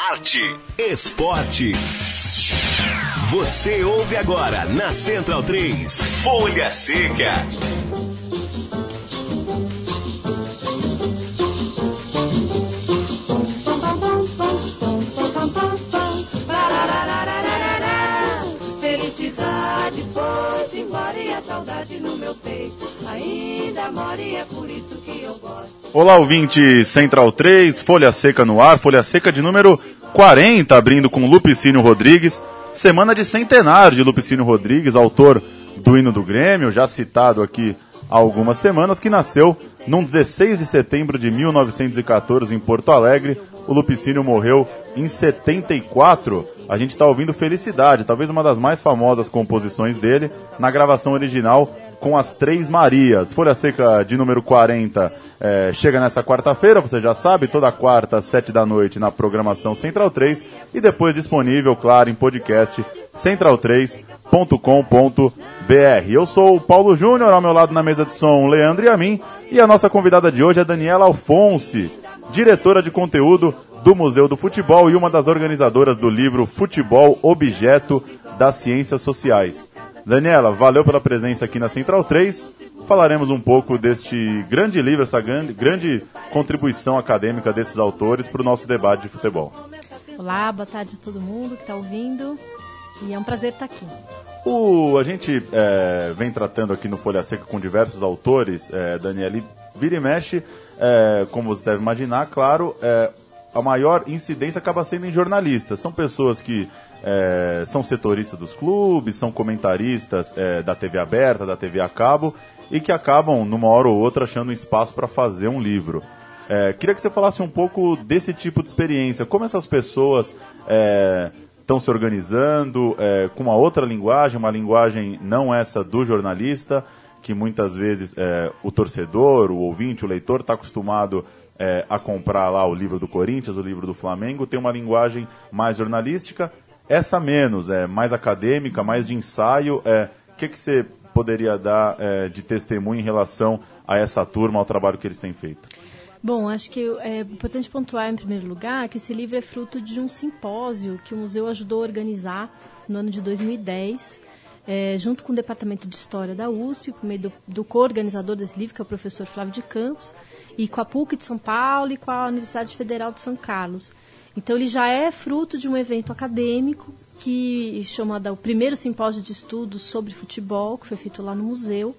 arte, esporte. Você ouve agora na Central 3, Folha Seca. Felicidade foi-se embora e a saudade no meu peito ainda mora e é por isso que eu gosto. Olá, ouvinte Central 3, Folha Seca no ar, Folha Seca de número 40, abrindo com Lupicínio Rodrigues, semana de centenário de Lupicínio Rodrigues, autor do hino do Grêmio, já citado aqui há algumas semanas, que nasceu num 16 de setembro de 1914 em Porto Alegre. O Lupicínio morreu em 74. A gente está ouvindo Felicidade, talvez uma das mais famosas composições dele, na gravação original com as Três Marias. Folha Seca de número 40 chega nessa quarta-feira, você já sabe, toda quarta às 7 da noite na programação Central 3 e depois disponível, claro, em podcast central3.com.br. Eu sou o Paulo Júnior, ao meu lado na mesa de som, Leandro Yamin, e a nossa convidada de hoje é Daniela Alfonsi, diretora de conteúdo do Museu do Futebol e uma das organizadoras do livro Futebol, Objeto das Ciências Sociais. Daniela, valeu pela presença aqui na Central 3. Falaremos um pouco deste grande livro, essa grande contribuição acadêmica desses autores para o nosso debate de futebol. Olá, boa tarde a todo mundo que está ouvindo. E é um prazer estar aqui. A gente vem tratando aqui no Folha Seca com diversos autores, Daniela, e vira e mexe, como você deve imaginar, claro, a maior incidência acaba sendo em jornalistas. São pessoas que são setoristas dos clubes, são comentaristas da TV aberta, da TV a cabo, e que acabam, numa hora ou outra, achando um espaço para fazer um livro. Queria que você falasse um pouco desse tipo de experiência, como essas pessoas estão se organizando com uma outra linguagem, uma linguagem não essa do jornalista, que muitas vezes o torcedor, o ouvinte, o leitor está acostumado a comprar lá o livro do Corinthians, o livro do Flamengo, tem uma linguagem mais jornalística, essa menos, mais acadêmica, mais de ensaio. Que você poderia dar de testemunho em relação a essa turma, ao trabalho que eles têm feito? Bom, acho que é importante pontuar, em primeiro lugar, que esse livro é fruto de um simpósio que o museu ajudou a organizar no ano de 2010, junto com o Departamento de História da USP, por meio do co-organizador desse livro, que é o professor Flávio de Campos, e com a PUC de São Paulo e com a Universidade Federal de São Carlos. Então, ele já é fruto de um evento acadêmico que chamado o primeiro simpósio de estudos sobre futebol, que foi feito lá no museu,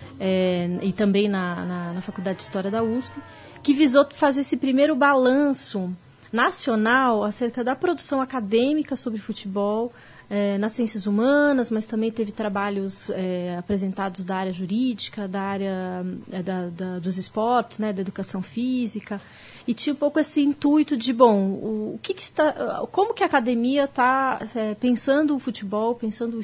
e também na Faculdade de História da USP, que visou fazer esse primeiro balanço nacional acerca da produção acadêmica sobre futebol, nas ciências humanas, mas também teve trabalhos apresentados da área jurídica, da área dos esportes, né, da educação física, e tinha um pouco esse intuito de, como que a academia está pensando o futebol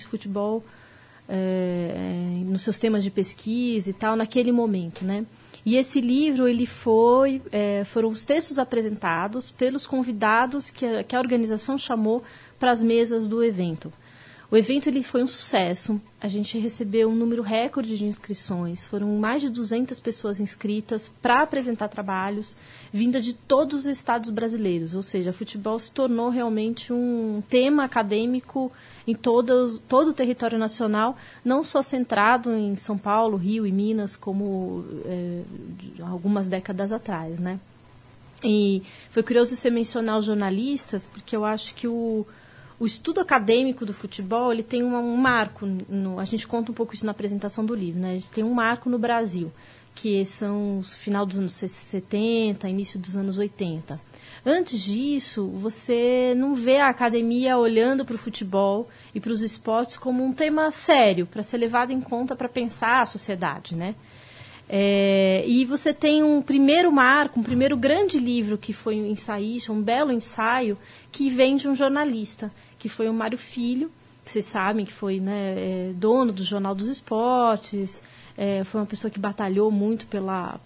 nos seus temas de pesquisa e tal, naquele momento, né? E esse livro, foram os textos apresentados pelos convidados que a organização chamou para as mesas do evento. O evento foi um sucesso, a gente recebeu um número recorde de inscrições, foram mais de 200 pessoas inscritas para apresentar trabalhos, vinda de todos os estados brasileiros, ou seja, o futebol se tornou realmente um tema acadêmico em todo o território nacional, não só centrado em São Paulo, Rio e Minas, como algumas décadas atrás, né? E foi curioso você mencionar os jornalistas, porque eu acho que o estudo acadêmico do futebol, ele tem um marco, a gente conta um pouco isso na apresentação do livro, né? A gente tem um marco no Brasil, que são o final dos anos 70, início dos anos 80. Antes disso, você não vê a academia olhando para o futebol e para os esportes como um tema sério, para ser levado em conta para pensar a sociedade, né? E você tem um primeiro marco, um primeiro grande livro que foi um ensaísta, um belo ensaio, que vem de um jornalista, que foi o Mário Filho, que vocês sabem que foi, né, dono do Jornal dos Esportes, foi uma pessoa que batalhou muito pela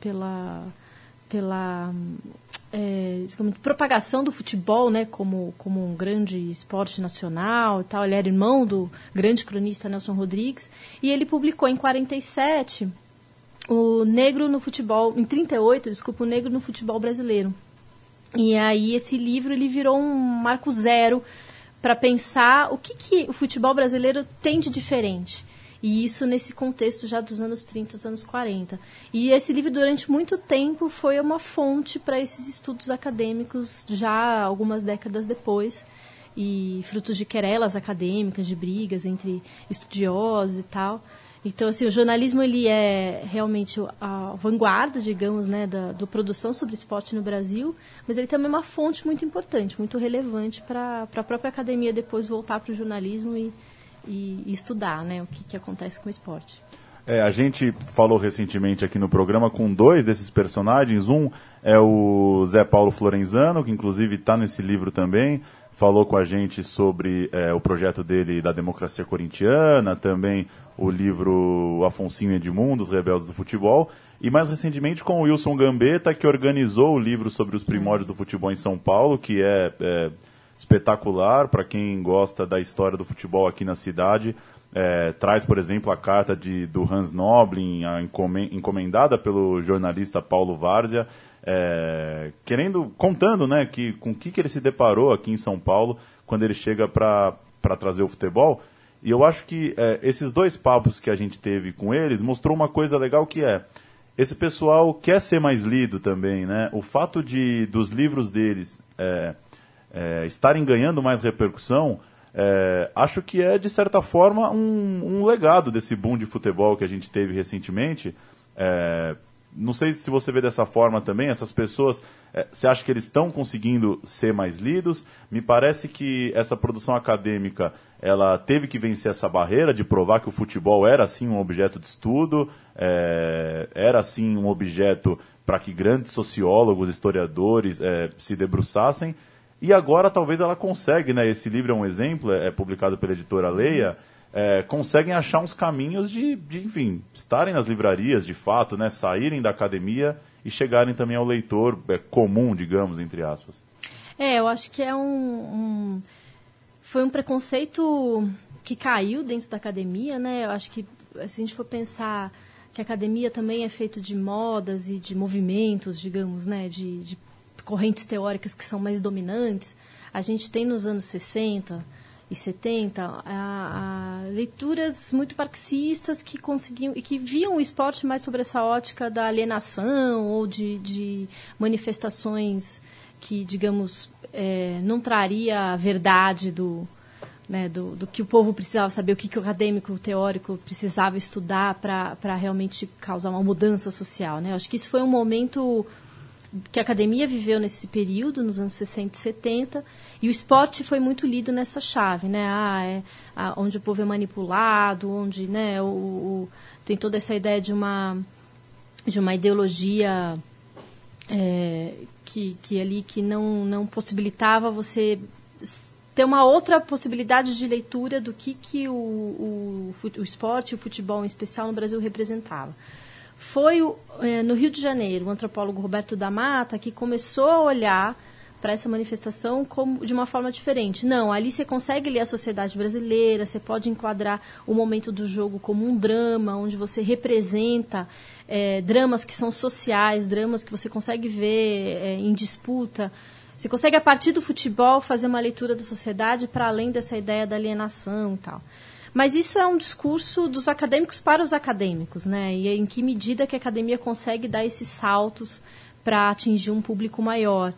propagação do futebol, né, como um grande esporte nacional e tal. Ele era irmão do grande cronista Nelson Rodrigues, e ele publicou em 47 o Negro no Futebol, em 38, desculpa, o Negro no Futebol Brasileiro. E aí esse livro ele virou um marco zero para pensar o que o futebol brasileiro tem de diferente. E isso nesse contexto já dos anos 30, dos anos 40. E esse livro, durante muito tempo, foi uma fonte para esses estudos acadêmicos, já algumas décadas depois, e frutos de querelas acadêmicas, de brigas entre estudiosos e tal. Então, assim, o jornalismo ele é realmente a vanguarda, digamos, né, da produção sobre esporte no Brasil, mas ele também é uma fonte muito importante, muito relevante para a própria academia depois voltar para o jornalismo e estudar, né, o que acontece com o esporte. A gente falou recentemente aqui no programa com 2 desses personagens. Um é o Zé Paulo Florenzano, que inclusive está nesse livro também. Falou com a gente sobre o projeto dele da democracia corintiana, também o livro Afonsinho Edmundo, Os Rebeldes do Futebol. E mais recentemente com o Wilson Gambetta, que organizou o livro sobre os primórdios do futebol em São Paulo, que é espetacular para quem gosta da história do futebol aqui na cidade. Traz, por exemplo, a carta do Hans Noblin, encomendada pelo jornalista Paulo Várzea, contando, né, com o que ele se deparou aqui em São Paulo quando ele chega para trazer o futebol. E eu acho que esses 2 papos que a gente teve com eles mostrou uma coisa legal, que esse pessoal quer ser mais lido também, né? O fato dos livros deles estarem ganhando mais repercussão, acho que de certa forma, um legado desse boom de futebol que a gente teve recentemente. Não sei se você vê dessa forma também, essas pessoas, você acha que eles estão conseguindo ser mais lidos? Me parece que essa produção acadêmica, ela teve que vencer essa barreira de provar que o futebol era, sim, um objeto de estudo, era, sim, um objeto para que grandes sociólogos, historiadores se debruçassem. E agora talvez ela consegue, né? Esse livro é um exemplo, é publicado pela editora Leia, conseguem achar uns caminhos de, enfim, estarem nas livrarias de fato, né? Saírem da academia e chegarem também ao leitor comum, digamos, entre aspas. Eu acho que foi um preconceito que caiu dentro da academia, né? Eu acho que, se a gente for pensar que a academia também é feita de modas e de movimentos, digamos, né? De correntes teóricas que são mais dominantes. A gente tem nos anos 60 e 70 leituras muito marxistas que conseguiam e que viam o esporte mais sobre essa ótica da alienação ou de manifestações que, digamos, não traria a verdade do que o povo precisava saber, o que o acadêmico, o teórico precisava estudar para realmente causar uma mudança social, né? Eu acho que isso foi um momento que a academia viveu nesse período, nos anos 60 e 70, e o esporte foi muito lido nessa chave, né? Onde o povo é manipulado, onde, né, tem toda essa ideia de uma ideologia que não possibilitava você ter uma outra possibilidade de leitura do que o esporte, o futebol em especial no Brasil representava. Foi no Rio de Janeiro, o antropólogo Roberto da Mata, que começou a olhar para essa manifestação de uma forma diferente. Não, ali você consegue ler a sociedade brasileira, você pode enquadrar o momento do jogo como um drama, onde você representa dramas que são sociais, dramas que você consegue ver em disputa. Você consegue, a partir do futebol, fazer uma leitura da sociedade para além dessa ideia da alienação e tal. Mas isso é um discurso dos acadêmicos para os acadêmicos, né? E em que medida que a academia consegue dar esses saltos para atingir um público maior.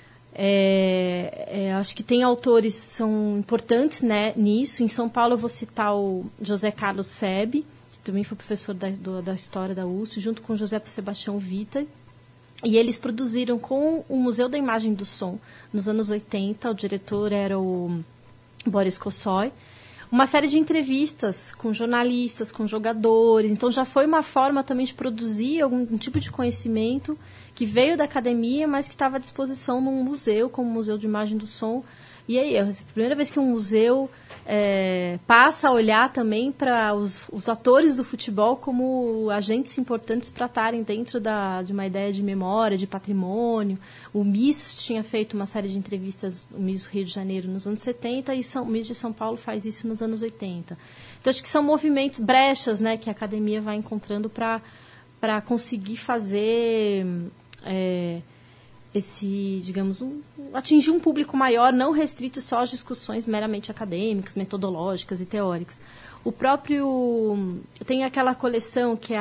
Acho que tem autores que são importantes, né, nisso. Em São Paulo eu vou citar o José Carlos Sebe, que também foi professor da História da USP, junto com José Sebastião Vita. E eles produziram com o Museu da Imagem do Som, nos anos 80, o diretor era o Boris Kossoi, uma série de entrevistas com jornalistas, com jogadores. Então já foi uma forma também de produzir algum tipo de conhecimento que veio da academia, mas que estava à disposição num museu, como o Museu de Imagem do Som. E aí, é a primeira vez que um museu passa a olhar também para os atores do futebol como agentes importantes para estarem dentro de uma ideia de memória, de patrimônio. O MIS tinha feito uma série de entrevistas, o MIS Rio de Janeiro, nos anos 70, e o MIS de São Paulo faz isso nos anos 80. Então, acho que são movimentos, brechas, né, que a academia vai encontrando para conseguir fazer... digamos, atingir um público maior, não restrito só às discussões meramente acadêmicas, metodológicas e teóricas. O próprio... Tem aquela coleção que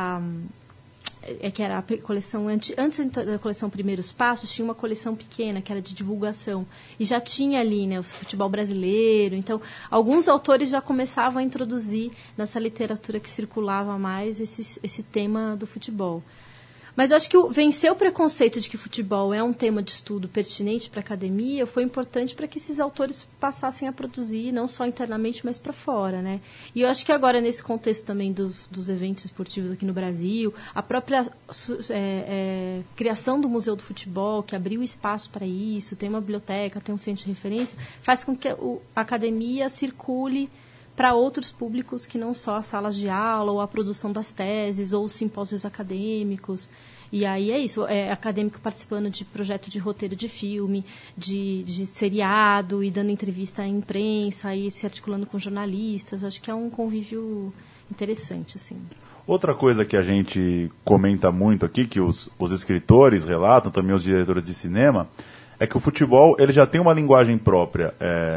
que era a coleção antes da coleção Primeiros Passos, tinha uma coleção pequena que era de divulgação e já tinha ali, né, o futebol brasileiro. Então alguns autores já começavam a introduzir nessa literatura que circulava mais esse tema do futebol. Mas eu acho que vencer o preconceito de que futebol é um tema de estudo pertinente para a academia foi importante para que esses autores passassem a produzir, não só internamente, mas para fora, né? E eu acho que agora, nesse contexto também dos eventos esportivos aqui no Brasil, a própria criação do Museu do Futebol, que abriu espaço para isso, tem uma biblioteca, tem um centro de referência, faz com que a academia circule para outros públicos que não só as salas de aula, ou a produção das teses, ou os simpósios acadêmicos. E aí é isso, acadêmico participando de projeto de roteiro de filme, de seriado, e dando entrevista à imprensa, e se articulando com jornalistas. Acho que é um convívio interessante, assim. Outra coisa que a gente comenta muito aqui, que os escritores relatam, também os diretores de cinema, é que o futebol ele já tem uma linguagem própria.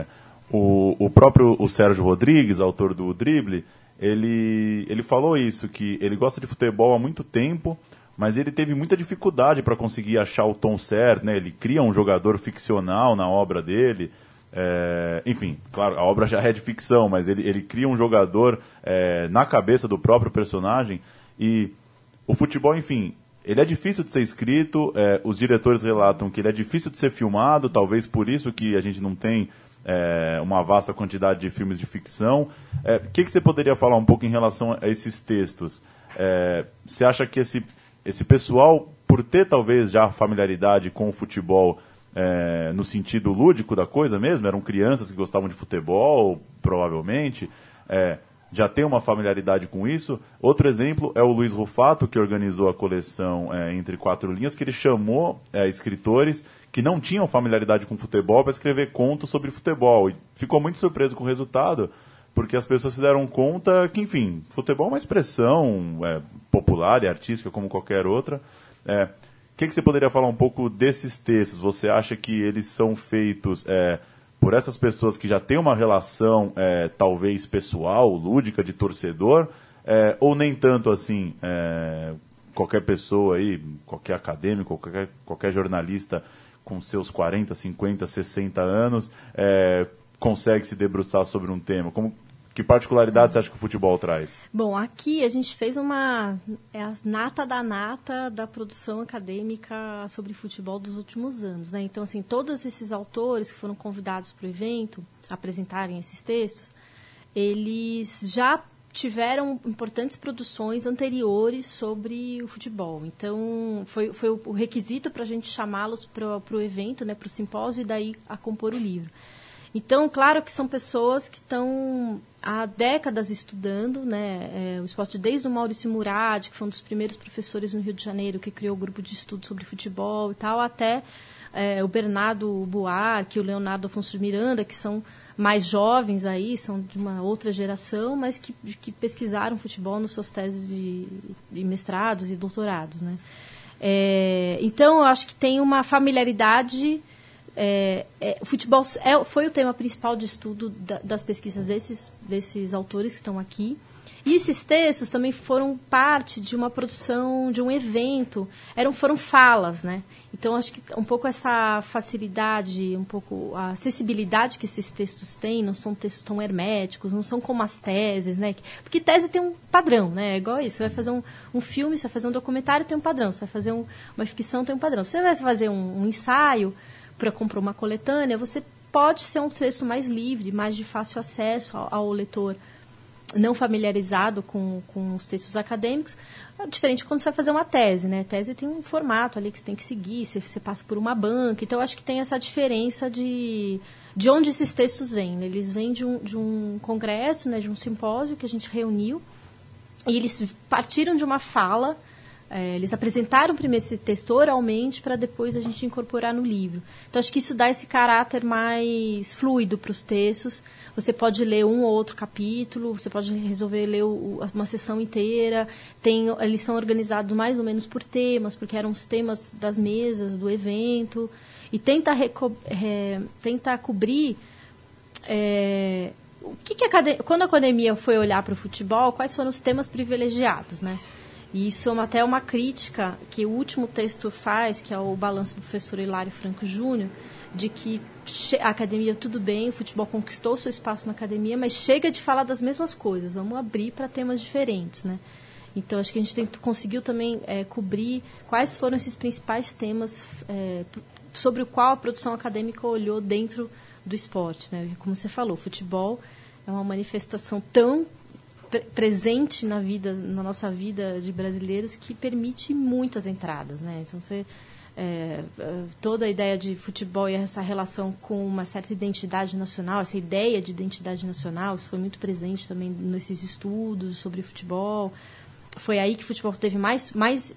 O próprio Sérgio Rodrigues, autor do Drible, ele falou isso, que ele gosta de futebol há muito tempo, mas ele teve muita dificuldade para conseguir achar o tom certo, né? Ele cria um jogador ficcional na obra dele, enfim, claro, a obra já é de ficção, mas ele cria um jogador na cabeça do próprio personagem, e o futebol, enfim, ele é difícil de ser escrito, os diretores relatam que ele é difícil de ser filmado, talvez por isso que a gente não tem uma vasta quantidade de filmes de ficção. O que você poderia falar um pouco em relação a esses textos? Você acha que esse pessoal, por ter talvez já familiaridade com o futebol no sentido lúdico da coisa mesmo, eram crianças que gostavam de futebol, provavelmente, já tem uma familiaridade com isso? Outro exemplo é o Luiz Rufato, que organizou a coleção Entre Quatro Linhas, que ele chamou escritores que não tinham familiaridade com futebol para escrever contos sobre futebol. E ficou muito surpreso com o resultado, porque as pessoas se deram conta que, enfim, futebol é uma expressão popular e artística como qualquer outra. O que você poderia falar um pouco desses textos? Você acha que eles são feitos por essas pessoas que já têm uma relação talvez pessoal, lúdica, de torcedor, ou nem tanto assim? Qualquer pessoa aí, qualquer acadêmico, qualquer jornalista com seus 40, 50, 60 anos, consegue se debruçar sobre um tema. Que particularidade você acha que o futebol traz? Bom, aqui a gente fez a nata da nata da produção acadêmica sobre futebol dos últimos anos, né? Então, assim, todos esses autores que foram convidados para o evento a apresentarem esses textos, eles já tiveram importantes produções anteriores sobre o futebol. Então, foi o requisito para a gente chamá-los para o evento, né, para o simpósio, e daí a compor o livro. Então, claro que são pessoas que estão há décadas estudando, né, o esporte, desde o Maurício Murad, que foi um dos primeiros professores no Rio de Janeiro, que criou o grupo de estudo sobre futebol e tal, até o Bernardo Buarque, o Leonardo Afonso de Miranda, que são mais jovens aí, são de uma outra geração, mas que pesquisaram futebol nas suas teses de mestrados e doutorados, né? Então, eu acho que tem uma familiaridade. O futebol foi o tema principal de estudo das pesquisas desses autores que estão aqui. E esses textos também foram parte de uma produção, de um evento, foram falas, né? Então, acho que um pouco essa facilidade, um pouco a acessibilidade que esses textos têm, não são textos tão herméticos, não são como as teses, né? Porque tese tem um padrão, né? É igual isso, você vai fazer um filme, você vai fazer um documentário, tem um padrão, você vai fazer uma ficção, tem um padrão. Se você vai fazer um ensaio para comprar uma coletânea, você pode ser um texto mais livre, mais de fácil acesso ao leitor não familiarizado com os textos acadêmicos, diferente quando você vai fazer uma tese, né? A tese tem um formato ali que você tem que seguir, você passa por uma banca, então eu acho que tem essa diferença de onde esses textos vêm, né? Eles vêm de um congresso, né? De um simpósio que a gente reuniu, e eles partiram de uma fala Eles apresentaram primeiro esse texto oralmente para depois a gente incorporar no livro. Então, acho que isso dá esse caráter mais fluido para os textos. Você pode ler um ou outro capítulo, você pode resolver ler uma sessão inteira. Eles são organizados mais ou menos por temas, porque eram os temas das mesas, do evento. E tenta cobrir... quando a academia foi olhar para o futebol, quais foram os temas privilegiados, né? E isso é até uma crítica que o último texto faz, que é o balanço do professor Hilário Franco Júnior, de que a academia, tudo bem, o futebol conquistou seu espaço na academia, mas chega de falar das mesmas coisas, vamos abrir para temas diferentes, né? Então, acho que a gente conseguiu também cobrir quais foram esses principais temas sobre o qual a produção acadêmica olhou dentro do esporte, né? Como você falou, o futebol é uma manifestação tão presente na nossa vida de brasileiros, que permite muitas entradas, né? Então, toda a ideia de futebol e essa relação com uma certa identidade nacional, essa ideia de identidade nacional, isso foi muito presente também nesses estudos sobre futebol. Foi aí que o futebol teve mais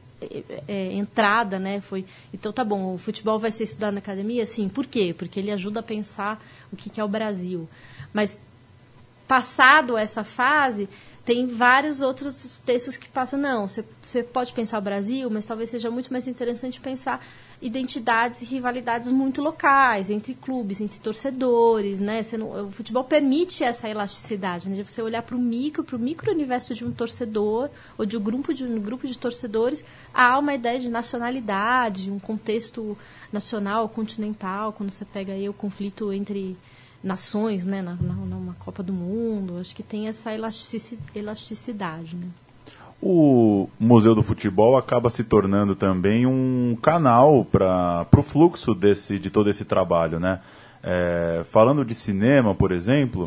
entrada, né? Então, tá bom, o futebol vai ser estudado na academia? Sim. Por quê? Porque ele ajuda a pensar o que é o Brasil. Mas, passado essa fase, tem vários outros textos que passam. Não, você pode pensar o Brasil, mas talvez seja muito mais interessante pensar identidades e rivalidades muito locais, entre clubes, entre torcedores, né? O futebol permite essa elasticidade, né? De você olhar para o micro-universo de um torcedor, ou de um grupo de torcedores, há uma ideia de nacionalidade, um contexto nacional, continental, quando você pega aí o conflito entre nações, né, numa Copa do Mundo. Acho que tem essa elasticidade, né? O Museu do Futebol acaba se tornando também um canal para o fluxo de todo esse trabalho, né? Falando de cinema, por exemplo,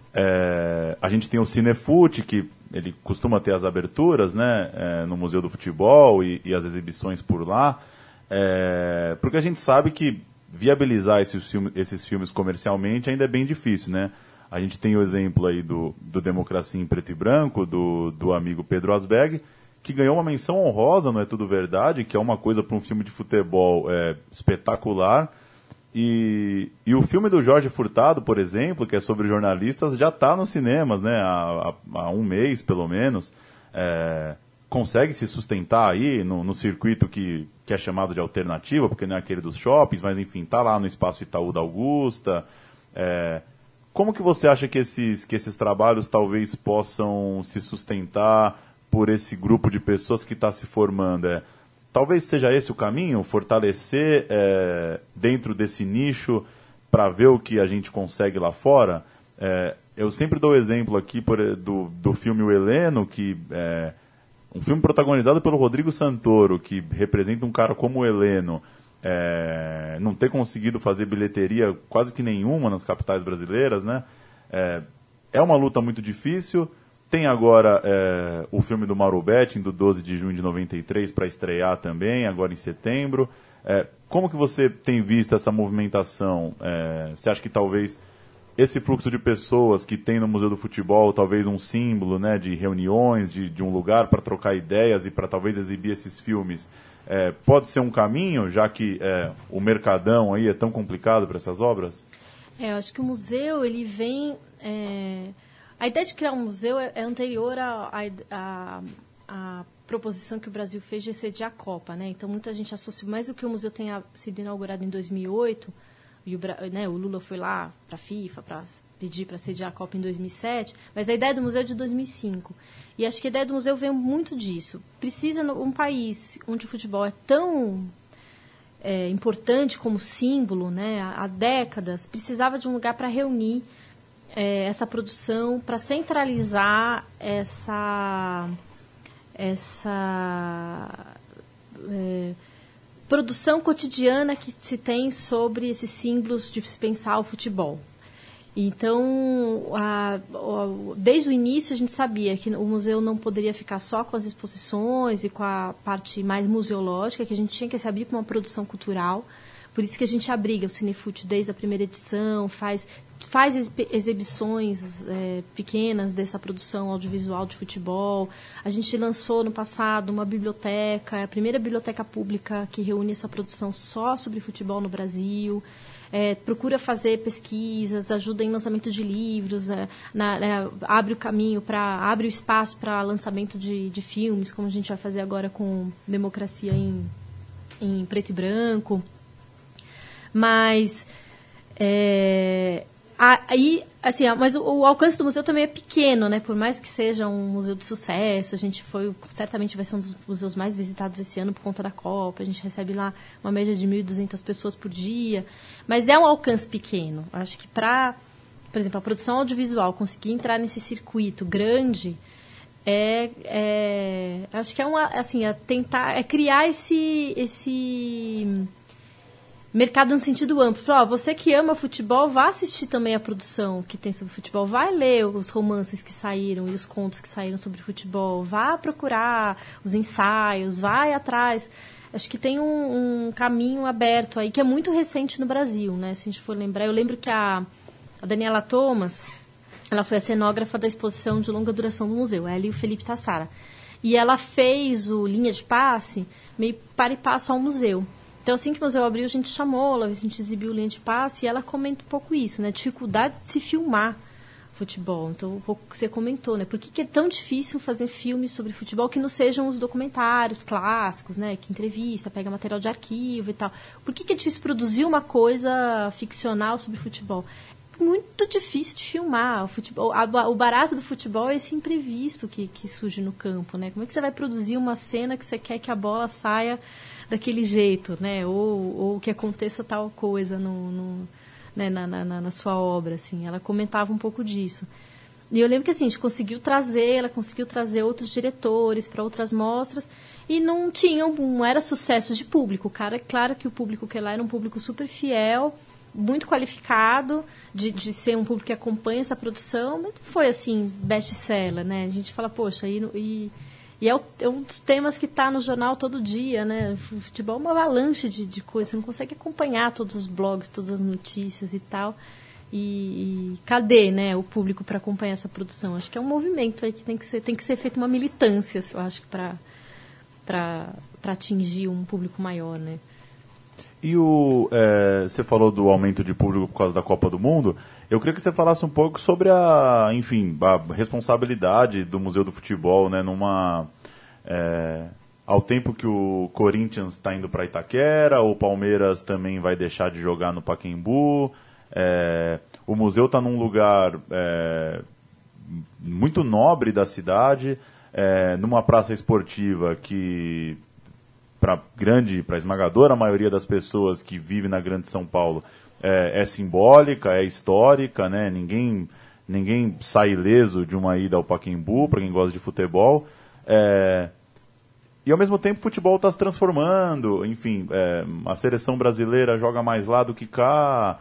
a gente tem o Cinefute, que ele costuma ter as aberturas, né, no Museu do Futebol e as exibições por lá, porque a gente sabe que viabilizar esses filmes comercialmente ainda é bem difícil, né? A gente tem o exemplo aí do Democracia em Preto e Branco, do amigo Pedro Asberg, que ganhou uma menção honrosa, não é tudo verdade, que é uma coisa para um filme de futebol espetacular. E o filme do Jorge Furtado, por exemplo, que é sobre jornalistas, já está nos cinemas, né? Há um mês, pelo menos. Consegue se sustentar aí no circuito que é chamado de alternativa, porque não é aquele dos shoppings, mas enfim, está lá no Espaço Itaú da Augusta. Como que você acha que esses trabalhos talvez possam se sustentar por esse grupo de pessoas que está se formando? Talvez seja esse o caminho, fortalecer dentro desse nicho para ver o que a gente consegue lá fora? Eu sempre dou o exemplo aqui do filme O Heleno, que um filme protagonizado pelo Rodrigo Santoro, que representa um cara como o Heleno, não ter conseguido fazer bilheteria quase que nenhuma nas capitais brasileiras, né? É uma luta muito difícil. Tem agora o filme do Mauro Betting, do 12 de junho de 93, para estrear também, agora em setembro. Como que você tem visto essa movimentação? Você acha que talvez esse fluxo de pessoas que tem no Museu do Futebol, talvez um símbolo, né, de reuniões, de um lugar para trocar ideias e para talvez exibir esses filmes, pode ser um caminho, já que o mercadão aí é tão complicado para essas obras? Eu acho que o museu, ele vem... A ideia de criar um museu é anterior à proposição que o Brasil fez de sediar a Copa, né? Então, muita gente associa mais o que o museu tenha sido inaugurado em 2008, e o Lula foi lá para a FIFA para pedir para sediar a Copa em 2007, mas a ideia do museu é de 2005. E acho que a ideia do museu vem muito disso. Precisa, um país onde o futebol é tão importante como símbolo, né, há décadas, precisava de um lugar para reunir essa produção, para centralizar essa produção cotidiana que se tem sobre esses símbolos de se pensar o futebol. Então, desde o início a gente sabia que o museu não poderia ficar só com as exposições e com a parte mais museológica, que a gente tinha que se abrir para uma produção cultural, Por isso que a gente abriga o Cinefute desde a primeira edição, faz exibições pequenas dessa produção audiovisual de futebol. A gente lançou no passado uma biblioteca, a primeira biblioteca pública que reúne essa produção só sobre futebol no Brasil. Procura fazer pesquisas, ajuda em lançamento de livros, abre o caminho abre o espaço para lançamento de filmes, como a gente vai fazer agora com Democracia em preto e branco. Mas mas o alcance do museu também é pequeno, né? Por mais que seja um museu de sucesso, certamente vai ser um dos museus mais visitados esse ano por conta da Copa. A gente recebe lá uma média de 1.200 pessoas por dia, mas é um alcance pequeno. Acho que por exemplo, a produção audiovisual conseguir entrar nesse circuito grande acho que é criar esse mercado no sentido amplo. Você que ama futebol, vá assistir também a produção que tem sobre futebol. Vai ler os romances que saíram e os contos que saíram sobre futebol. Vá procurar os ensaios, vai atrás. Acho que tem um caminho aberto aí, que é muito recente no Brasil, né? Se a gente for lembrar. Eu lembro que a Daniela Thomas, ela foi a cenógrafa da exposição de longa duração do museu, ela e o Felipe Tassara. E ela fez o Linha de Passe meio para e passo ao museu. Então, assim que o museu abriu, a gente chamou, a gente exibiu o Linha de Passe e ela comenta um pouco isso, né? Dificuldade de se filmar futebol. Então, um pouco que você comentou, né? Por que é tão difícil fazer filmes sobre futebol que não sejam os documentários clássicos, né? Que entrevista, pega material de arquivo e tal. Por que é difícil produzir uma coisa ficcional sobre futebol? É muito difícil de filmar. O futebol, o barato do futebol é esse imprevisto que surge no campo, né? Como é que você vai produzir uma cena que você quer que a bola saia daquele jeito, né? Ou que aconteça tal coisa na sua obra, assim. Ela comentava um pouco disso. E eu lembro que, assim, ela conseguiu trazer outros diretores para outras mostras e não era sucesso de público. Claro que o público que lá era um público super fiel, muito qualificado, de ser um público que acompanha essa produção, mas não foi, assim, best-seller, né? A gente fala, poxa, E é um dos temas que está no jornal todo dia, né? O futebol é uma avalanche de coisas. Você não consegue acompanhar todos os blogs, todas as notícias e tal. E cadê, né, o público para acompanhar essa produção? Acho que é um movimento aí que tem que ser feita uma militância, eu acho, para atingir um público maior, né? E você falou do aumento de público por causa da Copa do Mundo. Eu queria que você falasse um pouco sobre a responsabilidade do Museu do Futebol, né, ao tempo que o Corinthians está indo para Itaquera, o Palmeiras também vai deixar de jogar no Pacaembu. O museu está num lugar muito nobre da cidade, numa praça esportiva que, para a esmagadora maioria das pessoas que vivem na Grande São Paulo, é simbólica, é histórica, né? Ninguém sai ileso de uma ida ao Pacaembu, para quem gosta de futebol. E ao mesmo tempo o futebol está se transformando, enfim, a seleção brasileira joga mais lá do que cá,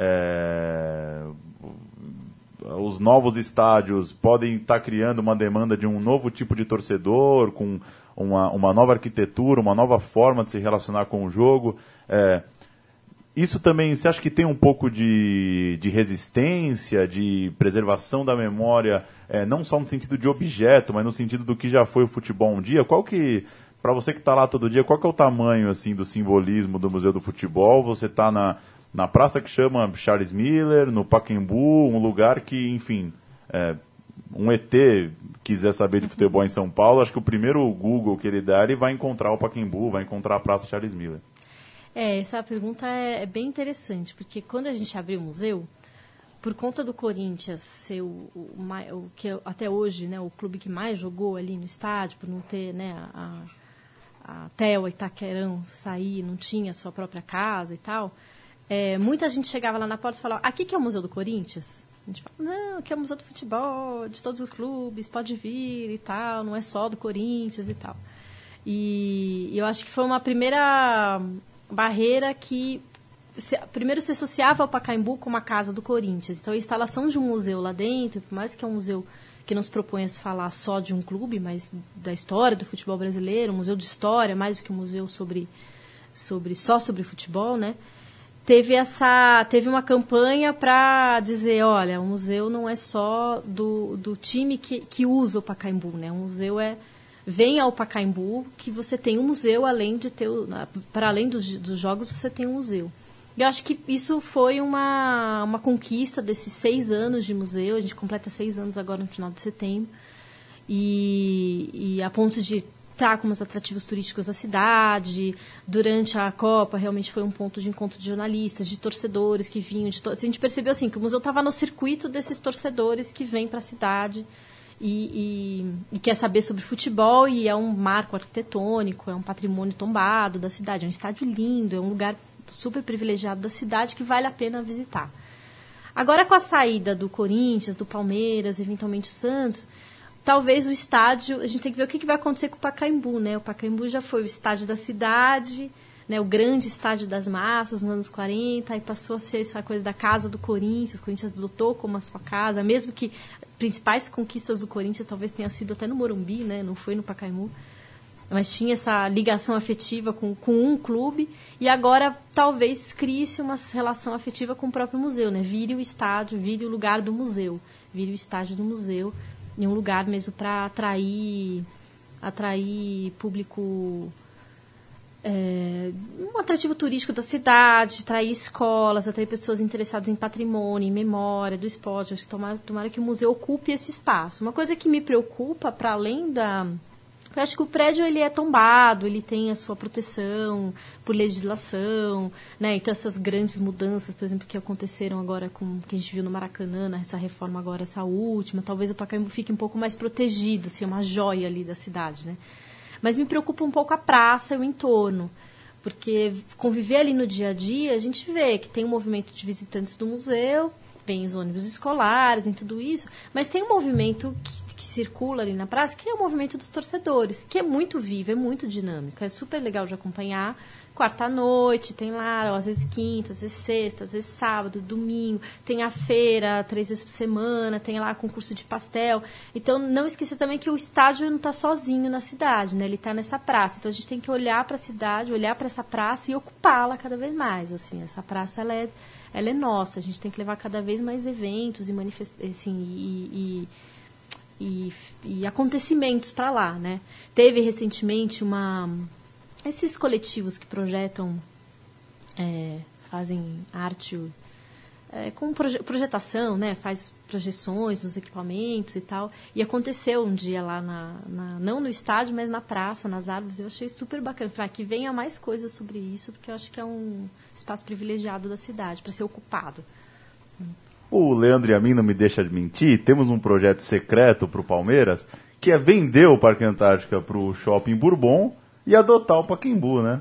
os novos estádios podem estar criando uma demanda de um novo tipo de torcedor, com uma nova arquitetura, uma nova forma de se relacionar com o jogo. Isso também, você acha que tem um pouco de resistência, de preservação da memória, não só no sentido de objeto, mas no sentido do que já foi o futebol um dia? Para você que está lá todo dia, qual que é o tamanho assim, do simbolismo do Museu do Futebol? Você está na praça que chama Charles Miller, no Pacaembu, um lugar que, enfim, um ET quiser saber de futebol em São Paulo, acho que o primeiro Google que ele der, ele vai encontrar o Pacaembu, vai encontrar a Praça Charles Miller. Essa pergunta é bem interessante, porque quando a gente abriu o museu, por conta do Corinthians ser o que até hoje, né, o clube que mais jogou ali no estádio, por não ter, né, até o Itaquerão sair, não tinha sua própria casa e tal, muita gente chegava lá na porta e falava, aqui que é o Museu do Corinthians? A gente fala, não, aqui é o Museu do Futebol, de todos os clubes, pode vir e tal, não é só do Corinthians e tal. E eu acho que foi uma primeira barreira que primeiro se associava ao Pacaembu como a casa do Corinthians. Então a instalação de um museu lá dentro, por mais que é um museu que não se propõe a se falar só de um clube, mas da história do futebol brasileiro, um museu de história, mais do que um museu só sobre futebol, né? teve uma campanha para dizer, olha, o museu não é só do time que usa o Pacaembu, né? O museu vem ao Pacaembu, que você tem um museu, além de ter, para além dos jogos, você tem um museu. Eu acho que isso foi uma conquista desses 6 anos de museu. A gente completa 6 anos agora no final de setembro. E a ponto de estar como os atrativos turísticos da cidade. Durante a Copa, realmente foi um ponto de encontro de jornalistas, de torcedores que vinham. A gente percebeu assim, que o museu estava no circuito desses torcedores que vêm para a cidade e quer saber sobre futebol, e é um marco arquitetônico, é um patrimônio tombado da cidade, é um estádio lindo, é um lugar super privilegiado da cidade que vale a pena visitar. Agora, com a saída do Corinthians, do Palmeiras, eventualmente o Santos, talvez o estádio, a gente tem que ver o que vai acontecer com o Pacaembu, né? O Pacaembu já foi o estádio da cidade, né? O grande estádio das massas nos anos 40, aí passou a ser essa coisa da casa do Corinthians, o Corinthians adotou como a sua casa, mesmo que principais conquistas do Corinthians talvez tenha sido até no Morumbi, né? Não foi no Pacaembu. Mas tinha essa ligação afetiva com um clube, e agora talvez crie-se uma relação afetiva com o próprio museu, né? Vire o estádio, vire o lugar do museu, vire o estádio do museu, em um lugar mesmo para atrair público, um atrativo turístico da cidade, atrair escolas, atrair pessoas interessadas em patrimônio, em memória, do esporte. Acho que tomara que o museu ocupe esse espaço. Uma coisa que me preocupa, para além eu acho que o prédio ele é tombado, ele tem a sua proteção por legislação, né? Então essas grandes mudanças, por exemplo, que aconteceram agora que a gente viu no Maracanã, essa reforma agora, essa última, talvez o Pacaembu fique um pouco mais protegido, assim, uma joia ali da cidade, né? Mas me preocupa um pouco a praça e o entorno, porque conviver ali no dia a dia, a gente vê que tem um movimento de visitantes do museu, vem os ônibus escolares, em tudo isso, mas tem um movimento que circula ali na praça, que é o movimento dos torcedores, que é muito vivo, é muito dinâmico, é super legal de acompanhar. Quarta-noite, tem lá, às vezes quinta, às vezes sexta, às vezes sábado, domingo, tem a feira 3 vezes por semana, tem lá concurso de pastel. Então, não esqueça também que o estádio não está sozinho na cidade, né? Ele está nessa praça. Então, a gente tem que olhar para a cidade, olhar para essa praça e ocupá-la cada vez mais. Assim, essa praça, ela é nossa. A gente tem que levar cada vez mais eventos e acontecimentos para lá, né? Teve recentemente esses coletivos que projetam, fazem arte com projetação, né? Faz projeções nos equipamentos e tal. E aconteceu um dia lá, não no estádio, mas na praça, nas árvores. Eu achei super bacana. Falei, que venha mais coisas sobre isso, porque eu acho que é um espaço privilegiado da cidade, para ser ocupado. O Leandro e a mim não me deixa de mentir, temos um projeto secreto para o Palmeiras, que é vender o Parque Antártica para o Shopping Bourbon e adotar o Pacaembu, né?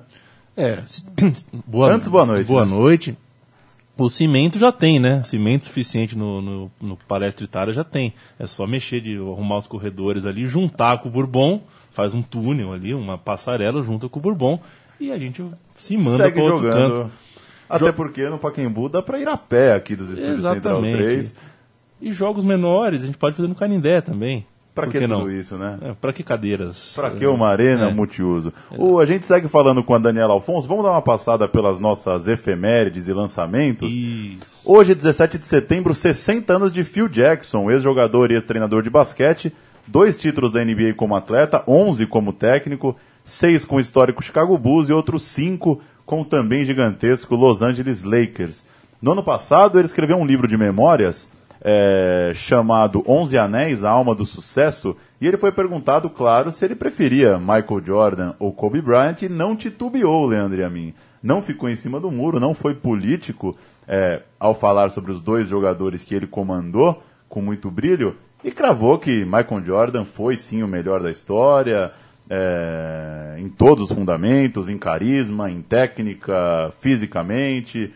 Boa noite. Boa né? noite. O cimento já tem, né? Cimento suficiente no Palestra Itália já tem. É só mexer, arrumar os corredores ali, juntar com o Bourbon, faz um túnel ali, uma passarela, junta com o Bourbon e a gente se manda para outro canto. Até porque no Pacaembu dá para ir a pé aqui dos estúdios Central 3. E jogos menores a gente pode fazer no Canindé também. Para que tudo não? Isso, né? Para que cadeiras? Para que uma arena multiuso? A gente segue falando com a Daniela Alfonso. Vamos dar uma passada pelas nossas efemérides e lançamentos. Isso. Hoje, 17 de setembro, 60 anos de Phil Jackson, ex-jogador e ex-treinador de basquete. 2 títulos da NBA como atleta, 11 como técnico, 6 com o histórico Chicago Bulls e outros 5 com o também gigantesco Los Angeles Lakers. No ano passado, ele escreveu um livro de memórias chamado 11 Anéis, a Alma do Sucesso, e ele foi perguntado, claro, se ele preferia Michael Jordan ou Kobe Bryant, e não titubeou, Leandro e a mim. Não ficou em cima do muro, não foi político ao falar sobre os 2 jogadores que ele comandou com muito brilho, e cravou que Michael Jordan foi sim o melhor da história, em todos os fundamentos, em carisma, em técnica, fisicamente,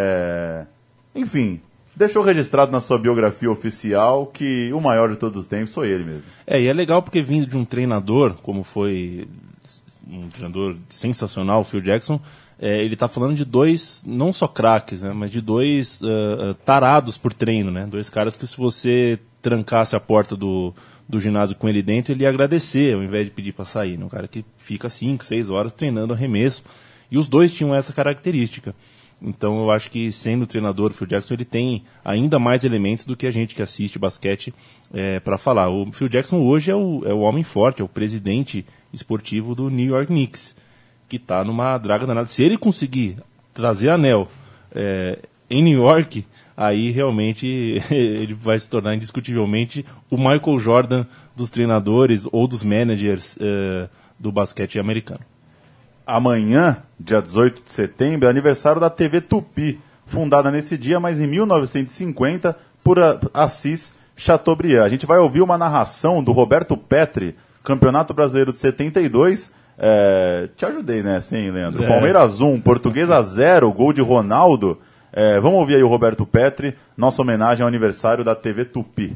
enfim, deixou registrado na sua biografia oficial que o maior de todos os tempos foi ele mesmo. E é legal porque vindo de um treinador, como foi um treinador sensacional, o Phil Jackson, ele está falando de 2, não só craques, né, mas de 2 tarados por treino, né, 2 caras que se você trancasse a porta do ginásio com ele dentro, ele ia agradecer ao invés de pedir para sair, né, um cara que fica 5, 6 horas treinando arremesso, e os 2 tinham essa característica. Então eu acho que sendo treinador, o Phil Jackson ele tem ainda mais elementos do que a gente que assiste basquete para falar. O Phil Jackson hoje é o homem forte, é o presidente esportivo do New York Knicks, que está numa draga danada. Se ele conseguir trazer anel em New York, aí realmente ele vai se tornar indiscutivelmente o Michael Jordan dos treinadores ou dos managers do basquete americano. Amanhã, dia 18 de setembro, é aniversário da TV Tupi, fundada nesse dia, mas em 1950, por Assis Chateaubriand. A gente vai ouvir uma narração do Roberto Petri, Campeonato Brasileiro de 72. Te ajudei nessa, hein, Leandro? Palmeiras 1, Portuguesa 0, gol de Ronaldo. Vamos ouvir aí o Roberto Petri, nossa homenagem ao aniversário da TV Tupi.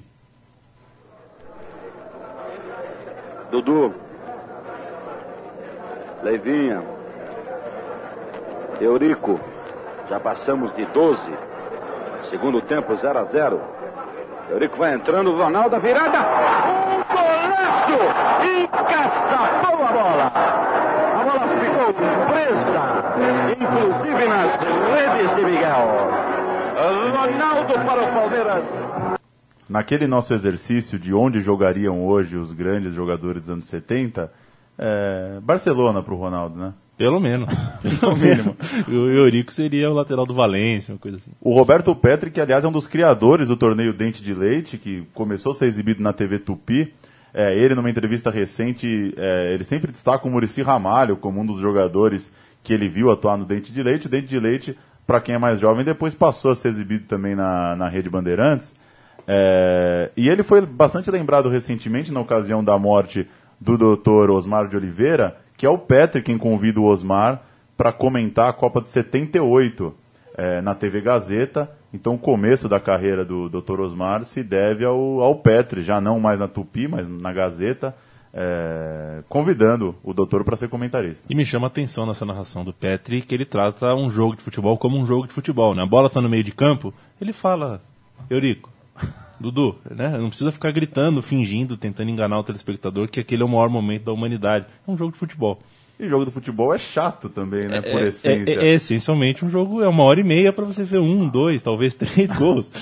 Dudu, Leivinha, Eurico, já passamos de 12, segundo tempo 0-0. Eurico vai entrando, Ronaldo, a virada, um golaço, encastou a bola ficou presa, inclusive nas redes de Miguel. Ronaldo para o Palmeiras. Naquele nosso exercício de onde jogariam hoje os grandes jogadores dos anos 70, Barcelona para o Ronaldo, né? Pelo menos. Pelo mínimo. O Eurico seria o lateral do Valência, uma coisa assim. O Roberto Petri, que aliás é um dos criadores do torneio Dente de Leite, que começou a ser exibido na TV Tupi. Ele, numa entrevista recente, ele sempre destaca o Muricy Ramalho como um dos jogadores que ele viu atuar no Dente de Leite. O Dente de Leite, para quem é mais jovem, depois passou a ser exibido também na Rede Bandeirantes. E ele foi bastante lembrado recentemente, na ocasião da morte do Dr. Osmar de Oliveira, que é o Petri quem convida o Osmar para comentar a Copa de 78 na TV Gazeta. Então o começo da carreira do Dr. Osmar se deve ao Petri, já não mais na Tupi, mas na Gazeta, convidando o doutor para ser comentarista. E me chama a atenção nessa narração do Petri que ele trata um jogo de futebol como um jogo de futebol, né? A bola está no meio de campo, ele fala, Eurico, Dudu, né? Não precisa ficar gritando, fingindo, tentando enganar o telespectador que aquele é o maior momento da humanidade. É um jogo de futebol. E jogo de futebol é chato também, né? Por essência. É essencialmente um jogo, 1h30 para você ver 1, 2, talvez 3 gols.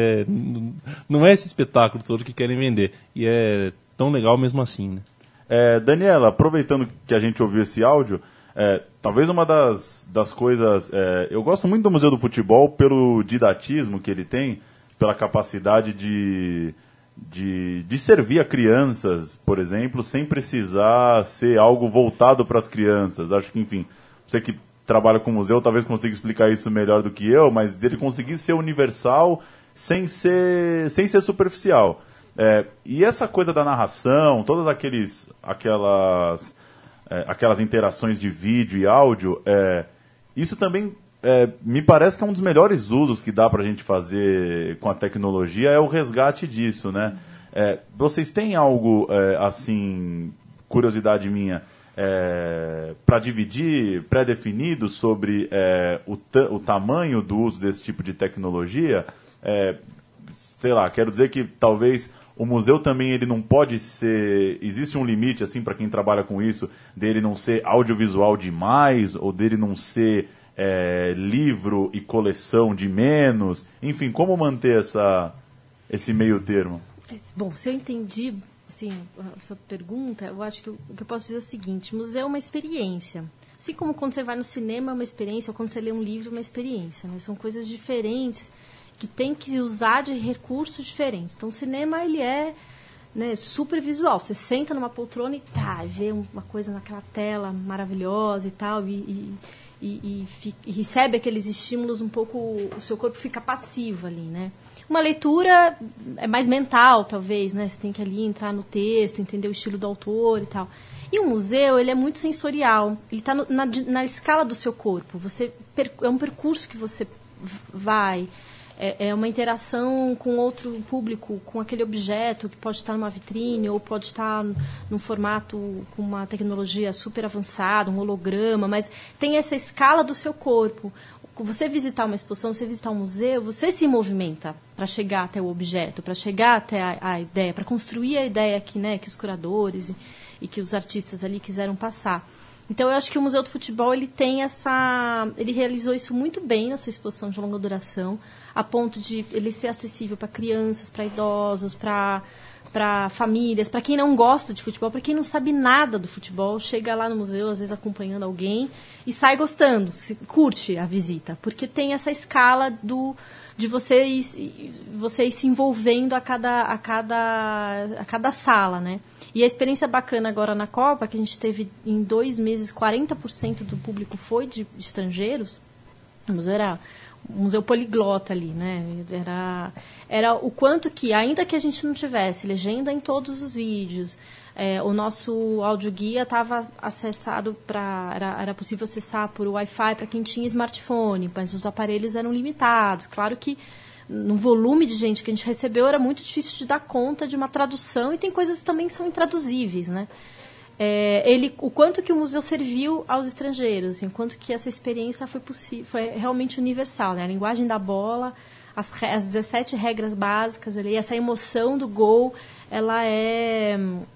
Não é esse espetáculo todo que querem vender. E é tão legal mesmo assim, né? Daniela, aproveitando que a gente ouviu esse áudio, talvez uma das coisas... eu gosto muito do Museu do Futebol pelo didatismo que ele tem, pela capacidade de servir a crianças, por exemplo, sem precisar ser algo voltado para as crianças. Acho que, enfim, você que trabalha com museu talvez consiga explicar isso melhor do que eu, mas ele conseguir ser universal sem ser superficial. E essa coisa da narração, todas aquelas interações de vídeo e áudio, isso também... me parece que é um dos melhores usos que dá para a gente fazer com a tecnologia é o resgate disso, né? Vocês têm algo, assim, curiosidade minha, para dividir, pré-definido sobre o tamanho do uso desse tipo de tecnologia? Sei lá, quero dizer que talvez o museu também ele não pode ser... Existe um limite, assim, para quem trabalha com isso, dele não ser audiovisual demais, ou dele não ser... livro e coleção de menos, enfim, como manter esse meio termo? Bom, se eu entendi assim, a sua pergunta, eu acho que o que eu posso dizer é o seguinte: museu é uma experiência, assim como quando você vai no cinema é uma experiência, ou quando você lê um livro é uma experiência, né? São coisas diferentes que tem que usar de recursos diferentes. Então o cinema ele é, né, super visual, você senta numa poltrona e vê uma coisa naquela tela maravilhosa e tal, e recebe aqueles estímulos um pouco, o seu corpo fica passivo ali, né? Uma leitura é mais mental, talvez, né? Você tem que ali entrar no texto, entender o estilo do autor e tal. E o museu, ele é muito sensorial, ele está na escala do seu corpo. É um percurso que você vai, é uma interação com outro público, com aquele objeto que pode estar numa vitrine ou pode estar num formato com uma tecnologia super avançada, um holograma, mas tem essa escala do seu corpo. Você visitar uma exposição, você visitar um museu, você se movimenta para chegar até o objeto, para chegar até a ideia, para construir a ideia que os curadores e que os artistas ali quiseram passar. Então eu acho que o Museu do Futebol ele realizou isso muito bem na sua exposição de longa duração, a ponto de ele ser acessível para crianças, para idosos, para famílias, para quem não gosta de futebol, para quem não sabe nada do futebol, chega lá no museu, às vezes acompanhando alguém, e sai gostando, curte a visita, porque tem essa escala de você ir se envolvendo a cada sala, né? E a experiência bacana agora na Copa, que a gente teve em 2 meses, 40% do público foi de estrangeiros, o museu era um museu poliglota ali, né? Era o quanto que, ainda que a gente não tivesse legenda em todos os vídeos, o nosso audioguia estava acessado era possível acessar por Wi-Fi para quem tinha smartphone, mas os aparelhos eram limitados. Claro que no volume de gente que a gente recebeu era muito difícil de dar conta de uma tradução, e tem coisas que também são intraduzíveis, né? O quanto que o museu serviu aos estrangeiros, assim, o quanto que essa experiência foi realmente universal, né? A linguagem da bola, as 17 regras básicas ali, essa emoção do gol, ela é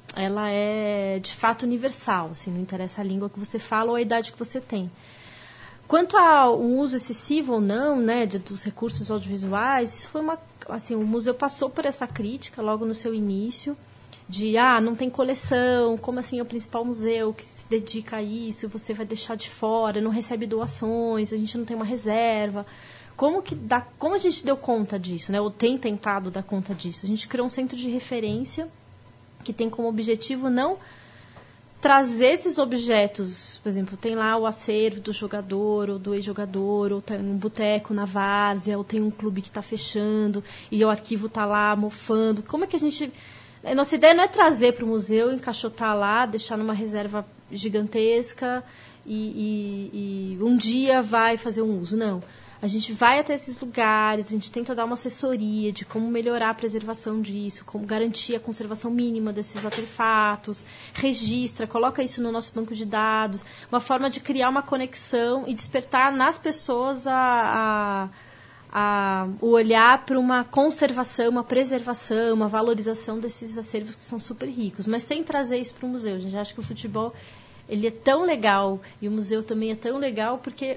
de fato universal, assim, não interessa a língua que você fala ou a idade que você tem. Quanto ao uso excessivo ou não, né, dos recursos audiovisuais, isso foi o museu passou por essa crítica logo no seu início, de, não tem coleção, como assim é o principal museu que se dedica a isso, você vai deixar de fora, não recebe doações, a gente não tem uma reserva. Como a gente deu conta disso, né, ou tem tentado dar conta disso? A gente criou um centro de referência que tem como objetivo não trazer esses objetos, por exemplo, tem lá o acervo do jogador ou do ex-jogador, ou tem um boteco na várzea, ou tem um clube que está fechando e o arquivo está lá mofando. Como é que a gente... Nossa ideia não é trazer para o museu, encaixotar lá, deixar numa reserva gigantesca e um dia vai fazer um uso. Não. A gente vai até esses lugares, a gente tenta dar uma assessoria de como melhorar a preservação disso, como garantir a conservação mínima desses artefatos, registra, coloca isso no nosso banco de dados, uma forma de criar uma conexão e despertar nas pessoas o olhar para uma conservação, uma preservação, uma valorização desses acervos que são super ricos, mas sem trazer isso para o museu. A gente acha que o futebol ele é tão legal e o museu também é tão legal porque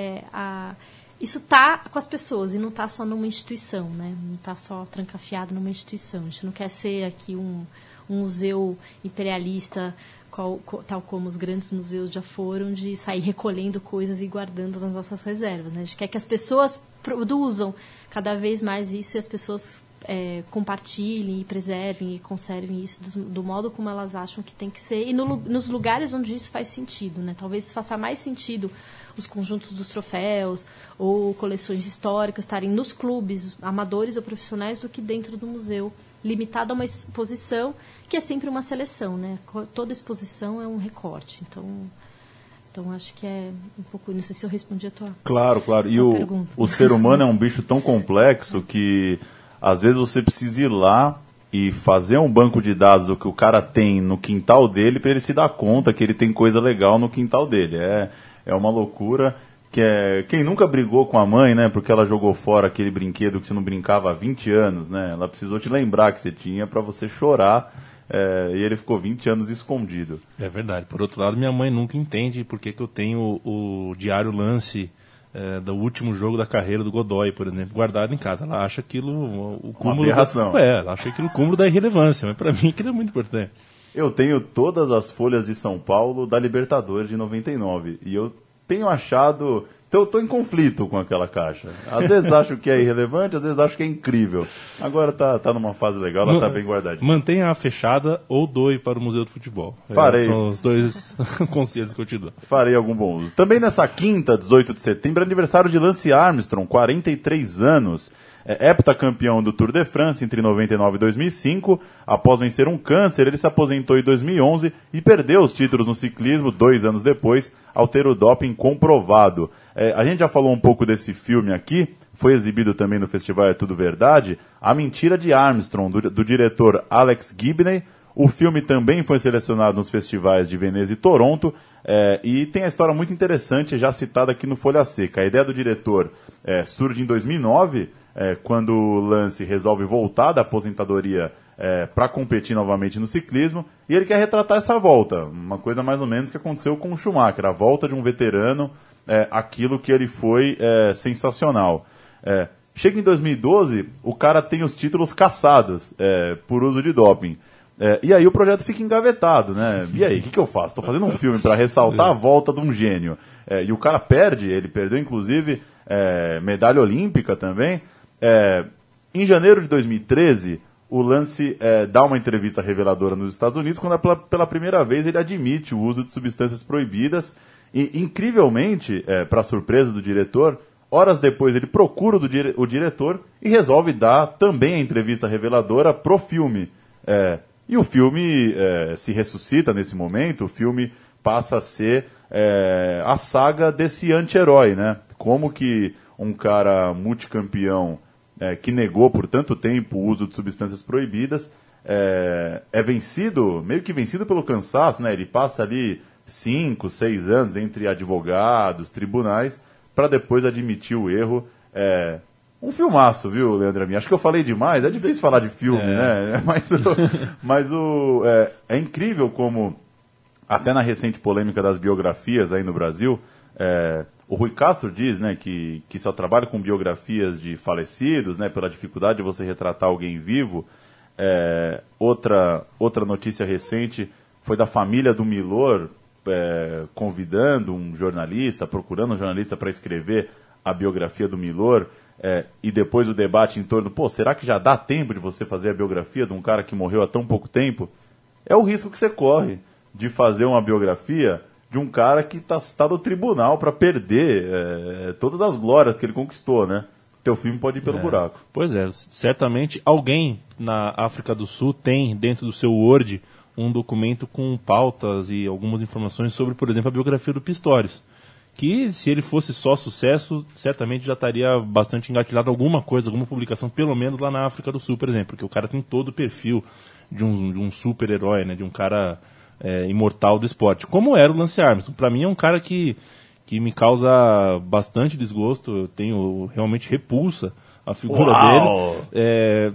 isso está com as pessoas e não está só numa instituição, né? Não está só trancafiado numa instituição. A gente não quer ser aqui um museu imperialista, tal como os grandes museus já foram, de sair recolhendo coisas e guardando nas nossas reservas, né? A gente quer que as pessoas produzam cada vez mais isso e as pessoas compartilhem e preservem e conservem isso do modo como elas acham que tem que ser e nos lugares onde isso faz sentido, né? Talvez faça mais sentido os conjuntos dos troféus ou coleções históricas estarem nos clubes, amadores ou profissionais, do que dentro do museu, limitado a uma exposição que é sempre uma seleção, né? Toda exposição é um recorte, então acho que é um pouco... Não sei se eu respondi a tua Claro. E pergunta. O ser humano é um bicho tão complexo que às vezes você precisa ir lá e fazer um banco de dados do que o cara tem no quintal dele para ele se dar conta que ele tem coisa legal no quintal dele. É uma loucura. Quem nunca brigou com a mãe, né, porque ela jogou fora aquele brinquedo que você não brincava há 20 anos, né? Ela precisou te lembrar que você tinha para você chorar, e ele ficou 20 anos escondido. É verdade. Por outro lado, minha mãe nunca entende por que eu tenho o diário lance do último jogo da carreira do Godoy, por exemplo, guardado em casa. Ela acha aquilo o cúmulo... Uma aberração. Ela acha aquilo o cúmulo da irrelevância, mas para mim aquilo é muito importante. Eu tenho todas as folhas de São Paulo da Libertadores de 99, e eu tenho achado... Então eu estou em conflito com aquela caixa. Às vezes acho que é irrelevante, às vezes acho que é incrível. Agora tá numa fase legal, ela está bem guardadinha. Mantenha-a fechada ou doe para o Museu do Futebol. Farei. São os dois conselhos que eu te dou. Farei algum bom uso. Também nessa quinta, 18 de setembro, aniversário de Lance Armstrong, 43 anos. Heptacampeão do Tour de France entre 99 e 2005. Após vencer um câncer, ele se aposentou em 2011 e perdeu os títulos no ciclismo 2 anos depois, ao ter o doping comprovado. A gente já falou um pouco desse filme aqui, foi exibido também no festival É Tudo Verdade, A Mentira de Armstrong, do diretor Alex Gibney. O filme também foi selecionado nos festivais de Veneza e Toronto, e tem a história muito interessante, já citada aqui no Folha Seca. A ideia do diretor surge em 2009, quando o Lance resolve voltar da aposentadoria para competir novamente no ciclismo, e ele quer retratar essa volta, uma coisa mais ou menos que aconteceu com o Schumacher, a volta de um veterano, aquilo que ele foi sensacional. Chega em 2012, o cara tem os títulos cassados por uso de doping. E aí o projeto fica engavetado, né? E aí, o que eu faço? Estou fazendo um filme para ressaltar a volta de um gênio. E o cara ele perdeu inclusive medalha olímpica também. Em janeiro de 2013, o Lance dá uma entrevista reveladora nos Estados Unidos, quando pela primeira vez ele admite o uso de substâncias proibidas. E, incrivelmente, para surpresa do diretor, horas depois ele procura o diretor e resolve dar também a entrevista reveladora pro filme. E o filme se ressuscita nesse momento, o filme passa a ser a saga desse anti-herói, né? Como que um cara multicampeão que negou por tanto tempo o uso de substâncias proibidas vencido, meio que vencido pelo cansaço, né? Ele passa ali 5, 6 anos entre advogados, tribunais, para depois admitir o erro. Um filmaço, viu, Leandro Amin? Acho que eu falei demais, é difícil falar de filme, né? Mas é incrível como, até na recente polêmica das biografias aí no Brasil, o Rui Castro diz, né, que só trabalha com biografias de falecidos, né, pela dificuldade de você retratar alguém vivo. Outra notícia recente foi da família do Milor, convidando um jornalista, procurando um jornalista para escrever a biografia do Milor, e depois o debate em torno, será que já dá tempo de você fazer a biografia de um cara que morreu há tão pouco tempo? É o risco que você corre de fazer uma biografia de um cara que está no tribunal para perder todas as glórias que ele conquistou, né? Teu filme pode ir pelo buraco. Pois é, certamente alguém na África do Sul tem dentro do seu Word um documento com pautas e algumas informações sobre, por exemplo, a biografia do Pistorius. Que se ele fosse só sucesso, certamente já estaria bastante engatilhado alguma coisa, alguma publicação, pelo menos lá na África do Sul, por exemplo, porque o cara tem todo o perfil de um super-herói, né, de um cara imortal do esporte, como era o Lance Armstrong. Para mim é um cara que me causa bastante desgosto, eu tenho realmente repulsa a figura dele,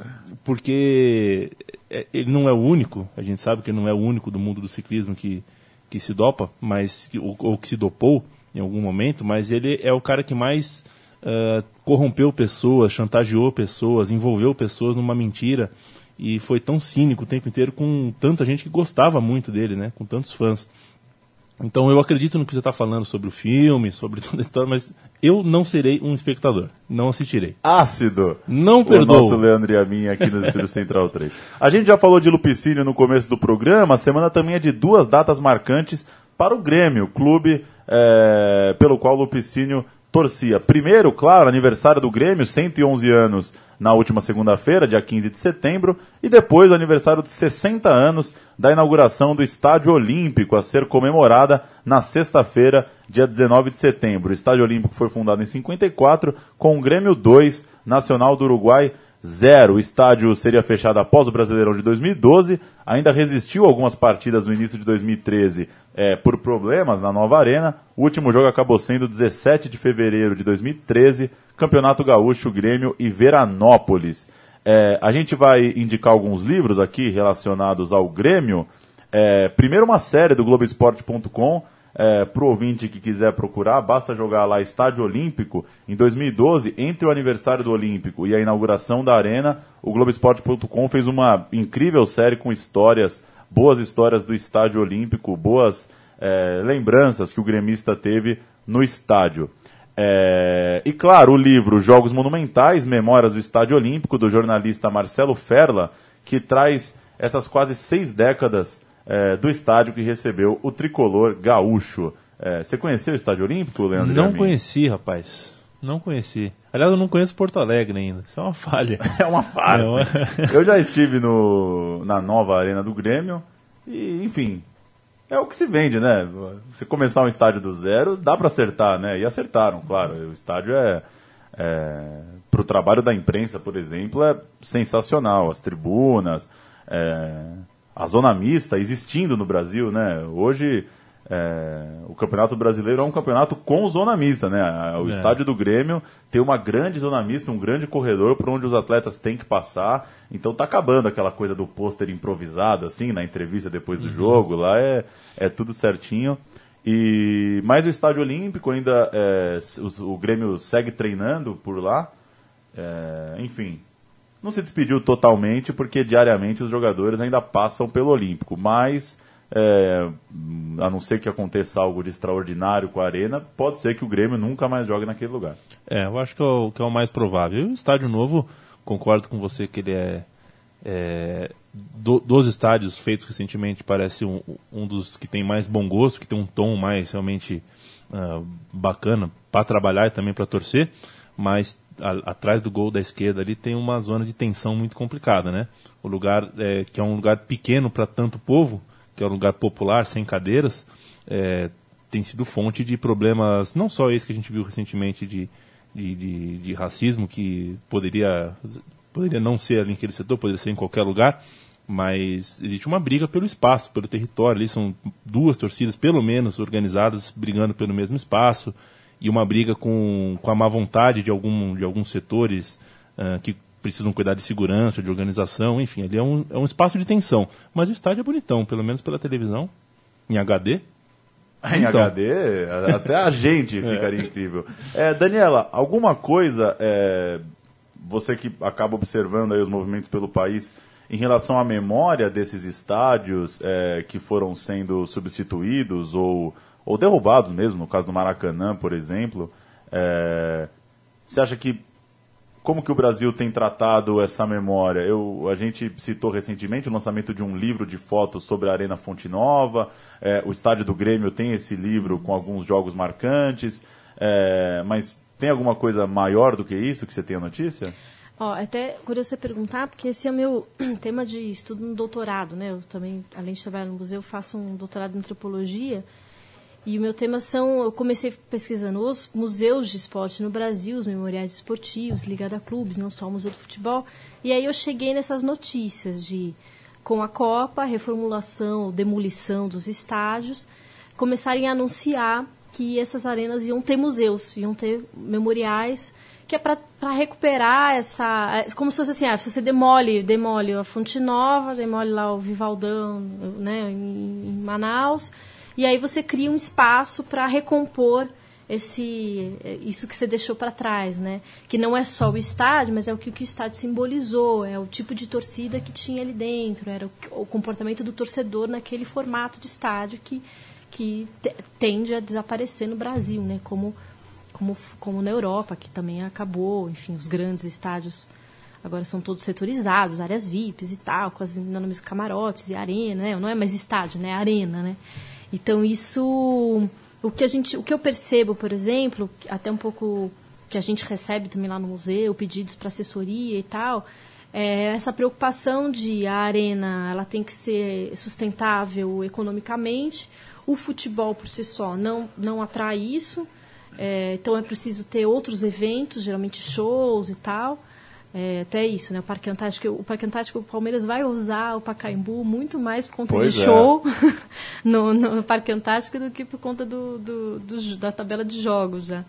porque ele não é o único, a gente sabe que ele não é o único do mundo do ciclismo que se dopa, ou que se dopou em algum momento, mas ele é o cara que mais corrompeu pessoas, chantageou pessoas, envolveu pessoas numa mentira, e foi tão cínico o tempo inteiro com tanta gente que gostava muito dele, né, com tantos fãs. Então eu acredito no que você está falando sobre o filme, sobre toda a história, mas eu não serei um espectador, não assistirei. Ácido! Não perdoo. O nosso Leandro e a mim aqui no Estúdio Central 3. A gente já falou de Lupicínio no começo do programa, a semana também é de 2 datas marcantes para o Grêmio, clube pelo qual o Lupicínio torcia. Primeiro, claro, aniversário do Grêmio, 111 anos na última segunda-feira, dia 15 de setembro, e depois o aniversário de 60 anos da inauguração do Estádio Olímpico, a ser comemorada na sexta-feira, dia 19 de setembro. O Estádio Olímpico foi fundado em 54, com o Grêmio 2, Nacional do Uruguai 0. O estádio seria fechado após o Brasileirão de 2012, ainda resistiu algumas partidas no início de 2013 por problemas na nova arena. O último jogo acabou sendo 17 de fevereiro de 2013, Campeonato Gaúcho, Grêmio e Veranópolis. A gente vai indicar alguns livros aqui relacionados ao Grêmio. Primeiro uma série do Globoesporte.com, para o ouvinte que quiser procurar, basta jogar lá Estádio Olímpico. Em 2012, entre o aniversário do Olímpico e a inauguração da arena, o Globoesporte.com fez uma incrível série com histórias, boas histórias do Estádio Olímpico, boas lembranças que o gremista teve no estádio. E claro, o livro Jogos Monumentais, Memórias do Estádio Olímpico, do jornalista Marcelo Ferla, que traz essas quase 6 décadas do estádio que recebeu o tricolor gaúcho. Você conheceu o Estádio Olímpico, Leandro? Não conheci, rapaz. Não conheci. Aliás, eu não conheço Porto Alegre ainda. Isso é uma falha. É uma farsa. Eu já estive na nova arena do Grêmio e, enfim, é o que se vende, né? Você começar um estádio do zero, dá para acertar, né? E acertaram, claro. O estádio para o trabalho da imprensa, por exemplo, é sensacional. As tribunas, a zona mista existindo no Brasil, né? Hoje o Campeonato Brasileiro é um campeonato com zona mista, né? O estádio do Grêmio tem uma grande zona mista, um grande corredor por onde os atletas têm que passar. Então tá acabando aquela coisa do pôster improvisado, assim, na entrevista depois do jogo. Lá é tudo certinho. Mas o Estádio Olímpico ainda, o Grêmio segue treinando por lá. Enfim, não se despediu totalmente porque diariamente os jogadores ainda passam pelo Olímpico. Mas, a não ser que aconteça algo de extraordinário com a Arena, pode ser que o Grêmio nunca mais jogue naquele lugar. Eu acho que é o mais provável. E o Estádio Novo, concordo com você que ele dos estádios feitos recentemente, parece um dos que tem mais bom gosto, que tem um tom mais realmente bacana para trabalhar e também para torcer, mas atrás do gol da esquerda ali tem uma zona de tensão muito complicada, né? O lugar, que é um lugar pequeno para tanto povo, que é um lugar popular, sem cadeiras, tem sido fonte de problemas, não só esse que a gente viu recentemente de racismo, que poderia não ser ali naquele setor, poderia ser em qualquer lugar, mas existe uma briga pelo espaço, pelo território. Ali são duas torcidas, pelo menos, organizadas, brigando pelo mesmo espaço, e uma briga com a má vontade de alguns setores que precisam cuidar de segurança, de organização, enfim, ali é um espaço de tensão. Mas o estádio é bonitão, pelo menos pela televisão, em HD. Em HD, até a gente ficaria incrível. Daniela, alguma coisa, você que acaba observando aí os movimentos pelo país, em relação à memória desses estádios que foram sendo substituídos ou derrubados mesmo, no caso do Maracanã, por exemplo, você acha que, como que o Brasil tem tratado essa memória? A gente citou recentemente o lançamento de um livro de fotos sobre a Arena Fonte Nova, o estádio do Grêmio tem esse livro com alguns jogos marcantes, mas tem alguma coisa maior do que isso que você tem a notícia? Até curioso você perguntar, porque esse é o meu tema de estudo no doutorado, né? Eu também, além de trabalhar no museu, faço um doutorado em antropologia. E o meu tema eu comecei pesquisando os museus de esporte no Brasil, os memoriais esportivos ligados a clubes, não só o Museu do Futebol. E aí eu cheguei nessas notícias com a Copa, reformulação ou demolição dos estádios, começarem a anunciar que essas arenas iam ter museus, iam ter memoriais, que é para recuperar como se fosse assim, se você demole a Fonte Nova, demole lá o Vivaldão, né, em Manaus, e aí você cria um espaço para recompor isso que você deixou para trás, né? Que não é só o estádio, mas é o que o estádio simbolizou, é o tipo de torcida que tinha ali dentro, era o comportamento do torcedor naquele formato de estádio que tende a desaparecer no Brasil, né? Como na Europa, que também acabou, enfim, os grandes estádios agora são todos setorizados, áreas VIPs e tal, com os nomes camarotes e arena, né? Não é mais estádio, né? Arena, né? Então isso, o que eu percebo, por exemplo, até um pouco que a gente recebe também lá no museu, pedidos para assessoria e tal, essa preocupação de a arena ela tem que ser sustentável economicamente, o futebol por si só não atrai isso. Então é preciso ter outros eventos, geralmente shows e tal. Até isso, né? O Parque Antártico, o Palmeiras vai usar o Pacaembu muito mais por conta de show no Parque Antártico do que por conta da tabela de jogos já.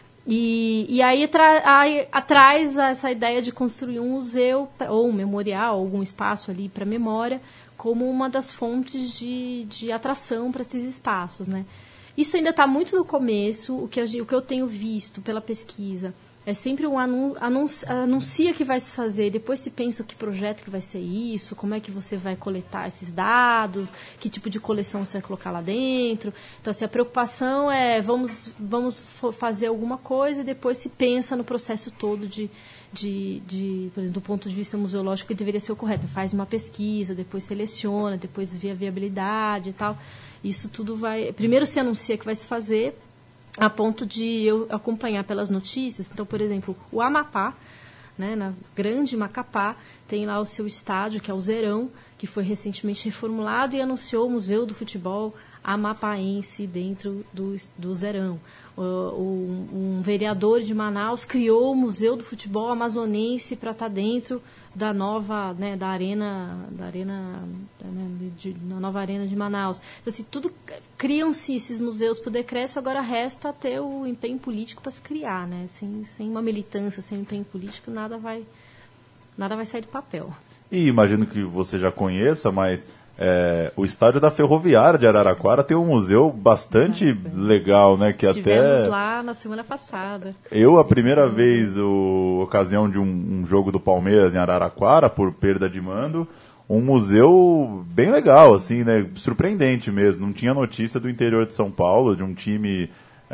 E aí atrás essa ideia de construir um museu ou um memorial, algum espaço ali para memória, como uma das fontes de atração para esses espaços, né? Isso ainda está muito no começo. O que eu tenho visto pela pesquisa é sempre anuncia que vai se fazer, depois se pensa que projeto que vai ser isso, como é que você vai coletar esses dados, que tipo de coleção você vai colocar lá dentro. Então, assim, a preocupação é vamos fazer alguma coisa e depois se pensa no processo todo por exemplo, do ponto de vista museológico que deveria ser o correto. Faz uma pesquisa, depois seleciona, depois vê a viabilidade e tal. Isso tudo primeiro se anuncia que vai se fazer, a ponto de eu acompanhar pelas notícias. Então, por exemplo, o Amapá, né, na Grande Macapá, tem lá o seu estádio, que é o Zerão, que foi recentemente reformulado e anunciou o Museu do Futebol Amapaense dentro do Zerão. Um vereador de Manaus criou o Museu do Futebol Amazonense para estar dentro da nova, né, da nova arena de Manaus. Então, assim, criam-se esses museus por decreto, agora resta ter o empenho político para se criar, né? Sem uma militância, sem um empenho político, nada vai sair do papel. E imagino que você já conheça, mas o estádio da Ferroviária de Araraquara tem um museu bastante legal, né? Que estivemos lá na semana passada. Eu, a primeira vez, ocasião de um jogo do Palmeiras em Araraquara, por perda de mando, um museu bem legal, assim, né? Surpreendente mesmo. Não tinha notícia do interior de São Paulo, de um time,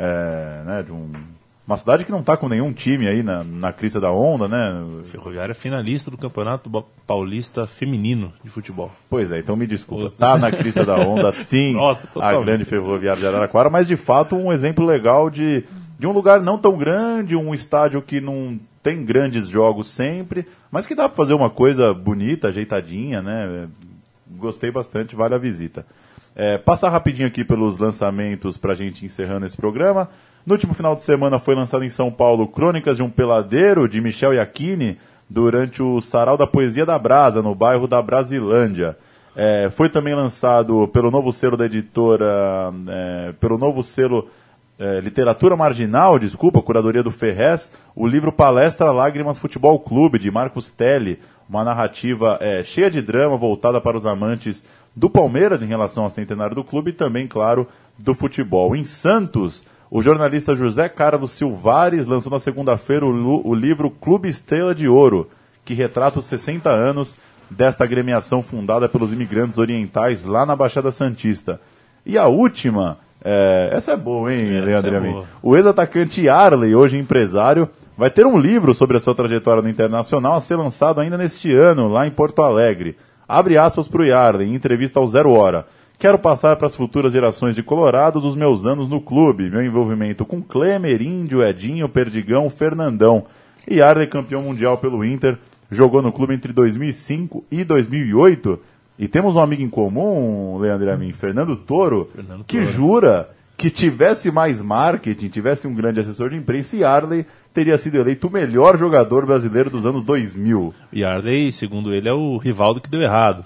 né? De uma cidade que não está com nenhum time aí na crista da onda, né? Ferroviária é finalista do Campeonato Paulista Feminino de Futebol. Pois é, então me desculpa. Está na crista da onda, sim. Nossa, a grande Ferroviária de Araraquara, mas de fato um exemplo legal de um lugar não tão grande, um estádio que não tem grandes jogos sempre, mas que dá para fazer uma coisa bonita, ajeitadinha, né? Gostei bastante, vale a visita. Passar rapidinho aqui pelos lançamentos para a gente encerrando esse programa. No último final de semana foi lançado em São Paulo Crônicas de um Peladeiro, de Michel Iacchini, durante o Sarau da Poesia da Brasa, no bairro da Brasilândia. Foi também lançado pelo novo selo da editora, pelo novo selo Literatura Marginal, curadoria do Ferrez, o livro Palestra Lágrimas Futebol Clube, de Marcos Telli, uma narrativa cheia de drama, voltada para os amantes do Palmeiras em relação ao centenário do clube e também, claro, do futebol. Em Santos, o jornalista José Carlos Silvares lançou na segunda-feira o livro Clube Estrela de Ouro, que retrata os 60 anos desta agremiação fundada pelos imigrantes orientais lá na Baixada Santista. E a última, essa é boa, hein, Leandro e a mim? O ex-atacante Yarley, hoje empresário, vai ter um livro sobre a sua trajetória no Internacional a ser lançado ainda neste ano, lá em Porto Alegre. Abre aspas para o Yarley, em entrevista ao Zero Hora. Quero passar para as futuras gerações de colorados os meus anos no clube, meu envolvimento com Klemer, Índio, Edinho, Perdigão, Fernandão. E Yarley, campeão mundial pelo Inter, jogou no clube entre 2005 e 2008. E temos um amigo em comum, Leandro e a mim, Fernando Toro, que jura que tivesse mais marketing, tivesse um grande assessor de imprensa, Yarley teria sido eleito o melhor jogador brasileiro dos anos 2000. Yarley, segundo ele, é o Rivaldo que deu errado.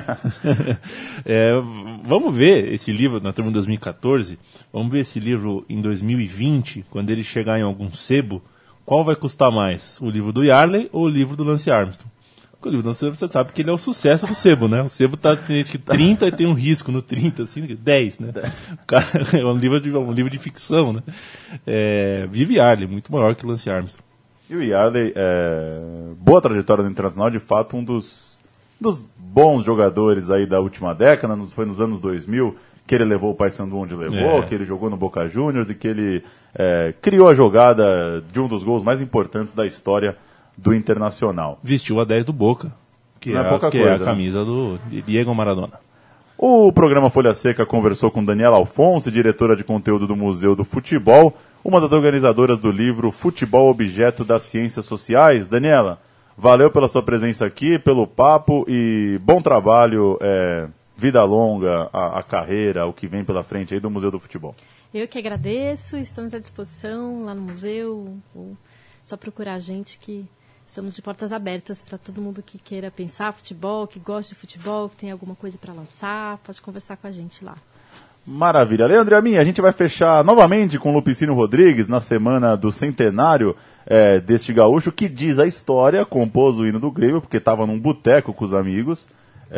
Vamos ver esse livro, nós estamos em 2014, vamos ver esse livro em 2020, quando ele chegar em algum sebo, qual vai custar mais, o livro do Yarley ou o livro do Lance Armstrong? Porque o livro do Lance Armstrong, você sabe que ele é o sucesso do sebo, né? O sebo tem 30 e tem um risco no 30, assim, 10, né? É um livro de ficção, né? Vive Yarley, muito maior que o Lance Armstrong. E o Yarley, boa trajetória no Internacional, de fato um dos bons jogadores aí da última década, foi nos anos 2000 que ele levou o Paysandu onde levou, que ele jogou no Boca Juniors e que ele criou a jogada de um dos gols mais importantes da história do Internacional. Vestiu a 10 do Boca, que é a camisa do Diego Maradona. O programa Folha Seca conversou com Daniela Alfonso, diretora de conteúdo do Museu do Futebol, uma das organizadoras do livro Futebol Objeto das Ciências Sociais. Daniela, valeu pela sua presença aqui, pelo papo e bom trabalho, vida longa, a carreira, o que vem pela frente aí do Museu do Futebol. Eu que agradeço, estamos à disposição lá no museu, só procurar a gente que estamos de portas abertas para todo mundo que queira pensar futebol, que gosta de futebol, que tem alguma coisa para lançar, pode conversar com a gente lá. Maravilha. Leandro e a mim, a gente vai fechar novamente com o Lupicínio Rodrigues na semana do centenário deste gaúcho que diz a história, compôs o hino do Grêmio, porque estava num boteco com os amigos,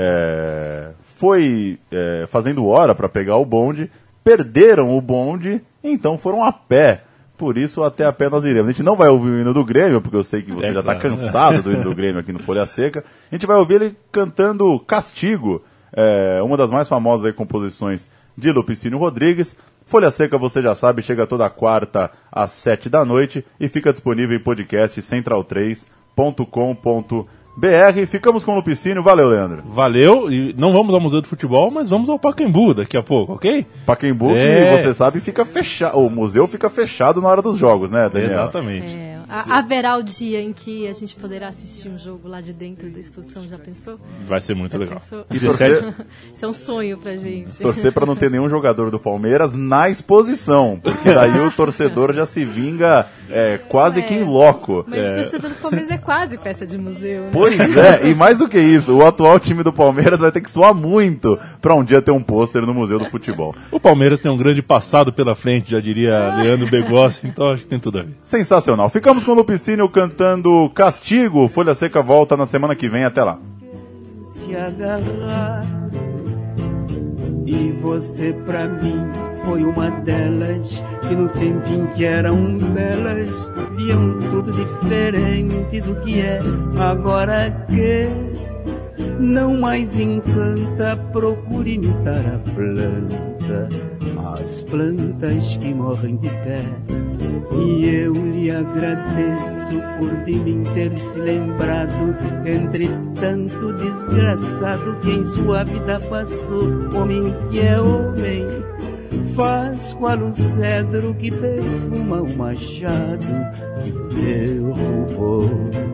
foi fazendo hora para pegar o bonde, perderam o bonde, então foram a pé. Por isso, até a pé nós iremos. A gente não vai ouvir o hino do Grêmio, porque eu sei que você já está cansado do hino do Grêmio aqui no Folha Seca. A gente vai ouvir ele cantando Castigo, uma das mais famosas aí, composições de Lupicínio Rodrigues. Folha Seca, você já sabe, chega toda quarta às 7 da noite e fica disponível em podcast central3.com.br. Ficamos com o Lupicínio. Valeu, Leandro. Valeu, e não vamos ao Museu do Futebol, mas vamos ao Pacaembu daqui a pouco, ok? Pacaembu, que você sabe, fica fechado. O museu fica fechado na hora dos jogos, né, Daniel? Exatamente. Haverá o dia em que a gente poderá assistir um jogo lá de dentro da exposição, já pensou? Vai ser muito legal. Pensou? E torcer, Isso é um sonho pra gente. torcer pra não ter nenhum jogador do Palmeiras na exposição, porque daí o torcedor já se vinga quase que em loco. Mas o torcedor do Palmeiras é quase peça de museu, né? Pois é, e mais do que isso, o atual time do Palmeiras vai ter que suar muito pra um dia ter um pôster no Museu do Futebol. O Palmeiras tem um grande passado pela frente, já diria Leandro Begossi, então acho que tem tudo a ver. Sensacional. Ficamos com o Lupicínio cantando Castigo. Folha Seca volta na semana que vem. Até lá. Se agarrar, e você pra mim foi uma delas, que no tempinho que eram belas viam tudo diferente do que é agora, que não mais encanta. Procure imitar a planta, as plantas que morrem de pé. E eu lhe agradeço por de mim ter se lembrado, entre tanto desgraçado que em sua vida passou. Homem que é homem, faz qual o cedro que perfuma o machado que derrubou.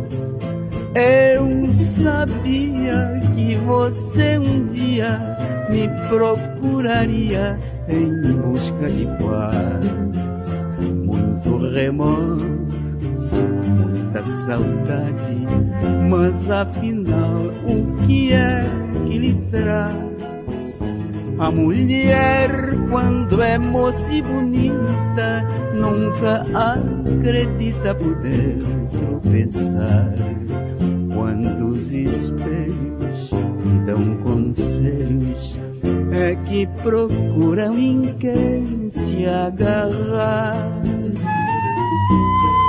Eu sabia que você um dia me procuraria em busca de paz. Muito remorso, muita saudade, mas afinal o que é que lhe traz? A mulher, quando é moça e bonita, nunca acredita poder tropeçar. Quando os espelhos dão conselhos, é que procuram em quem se agarrar.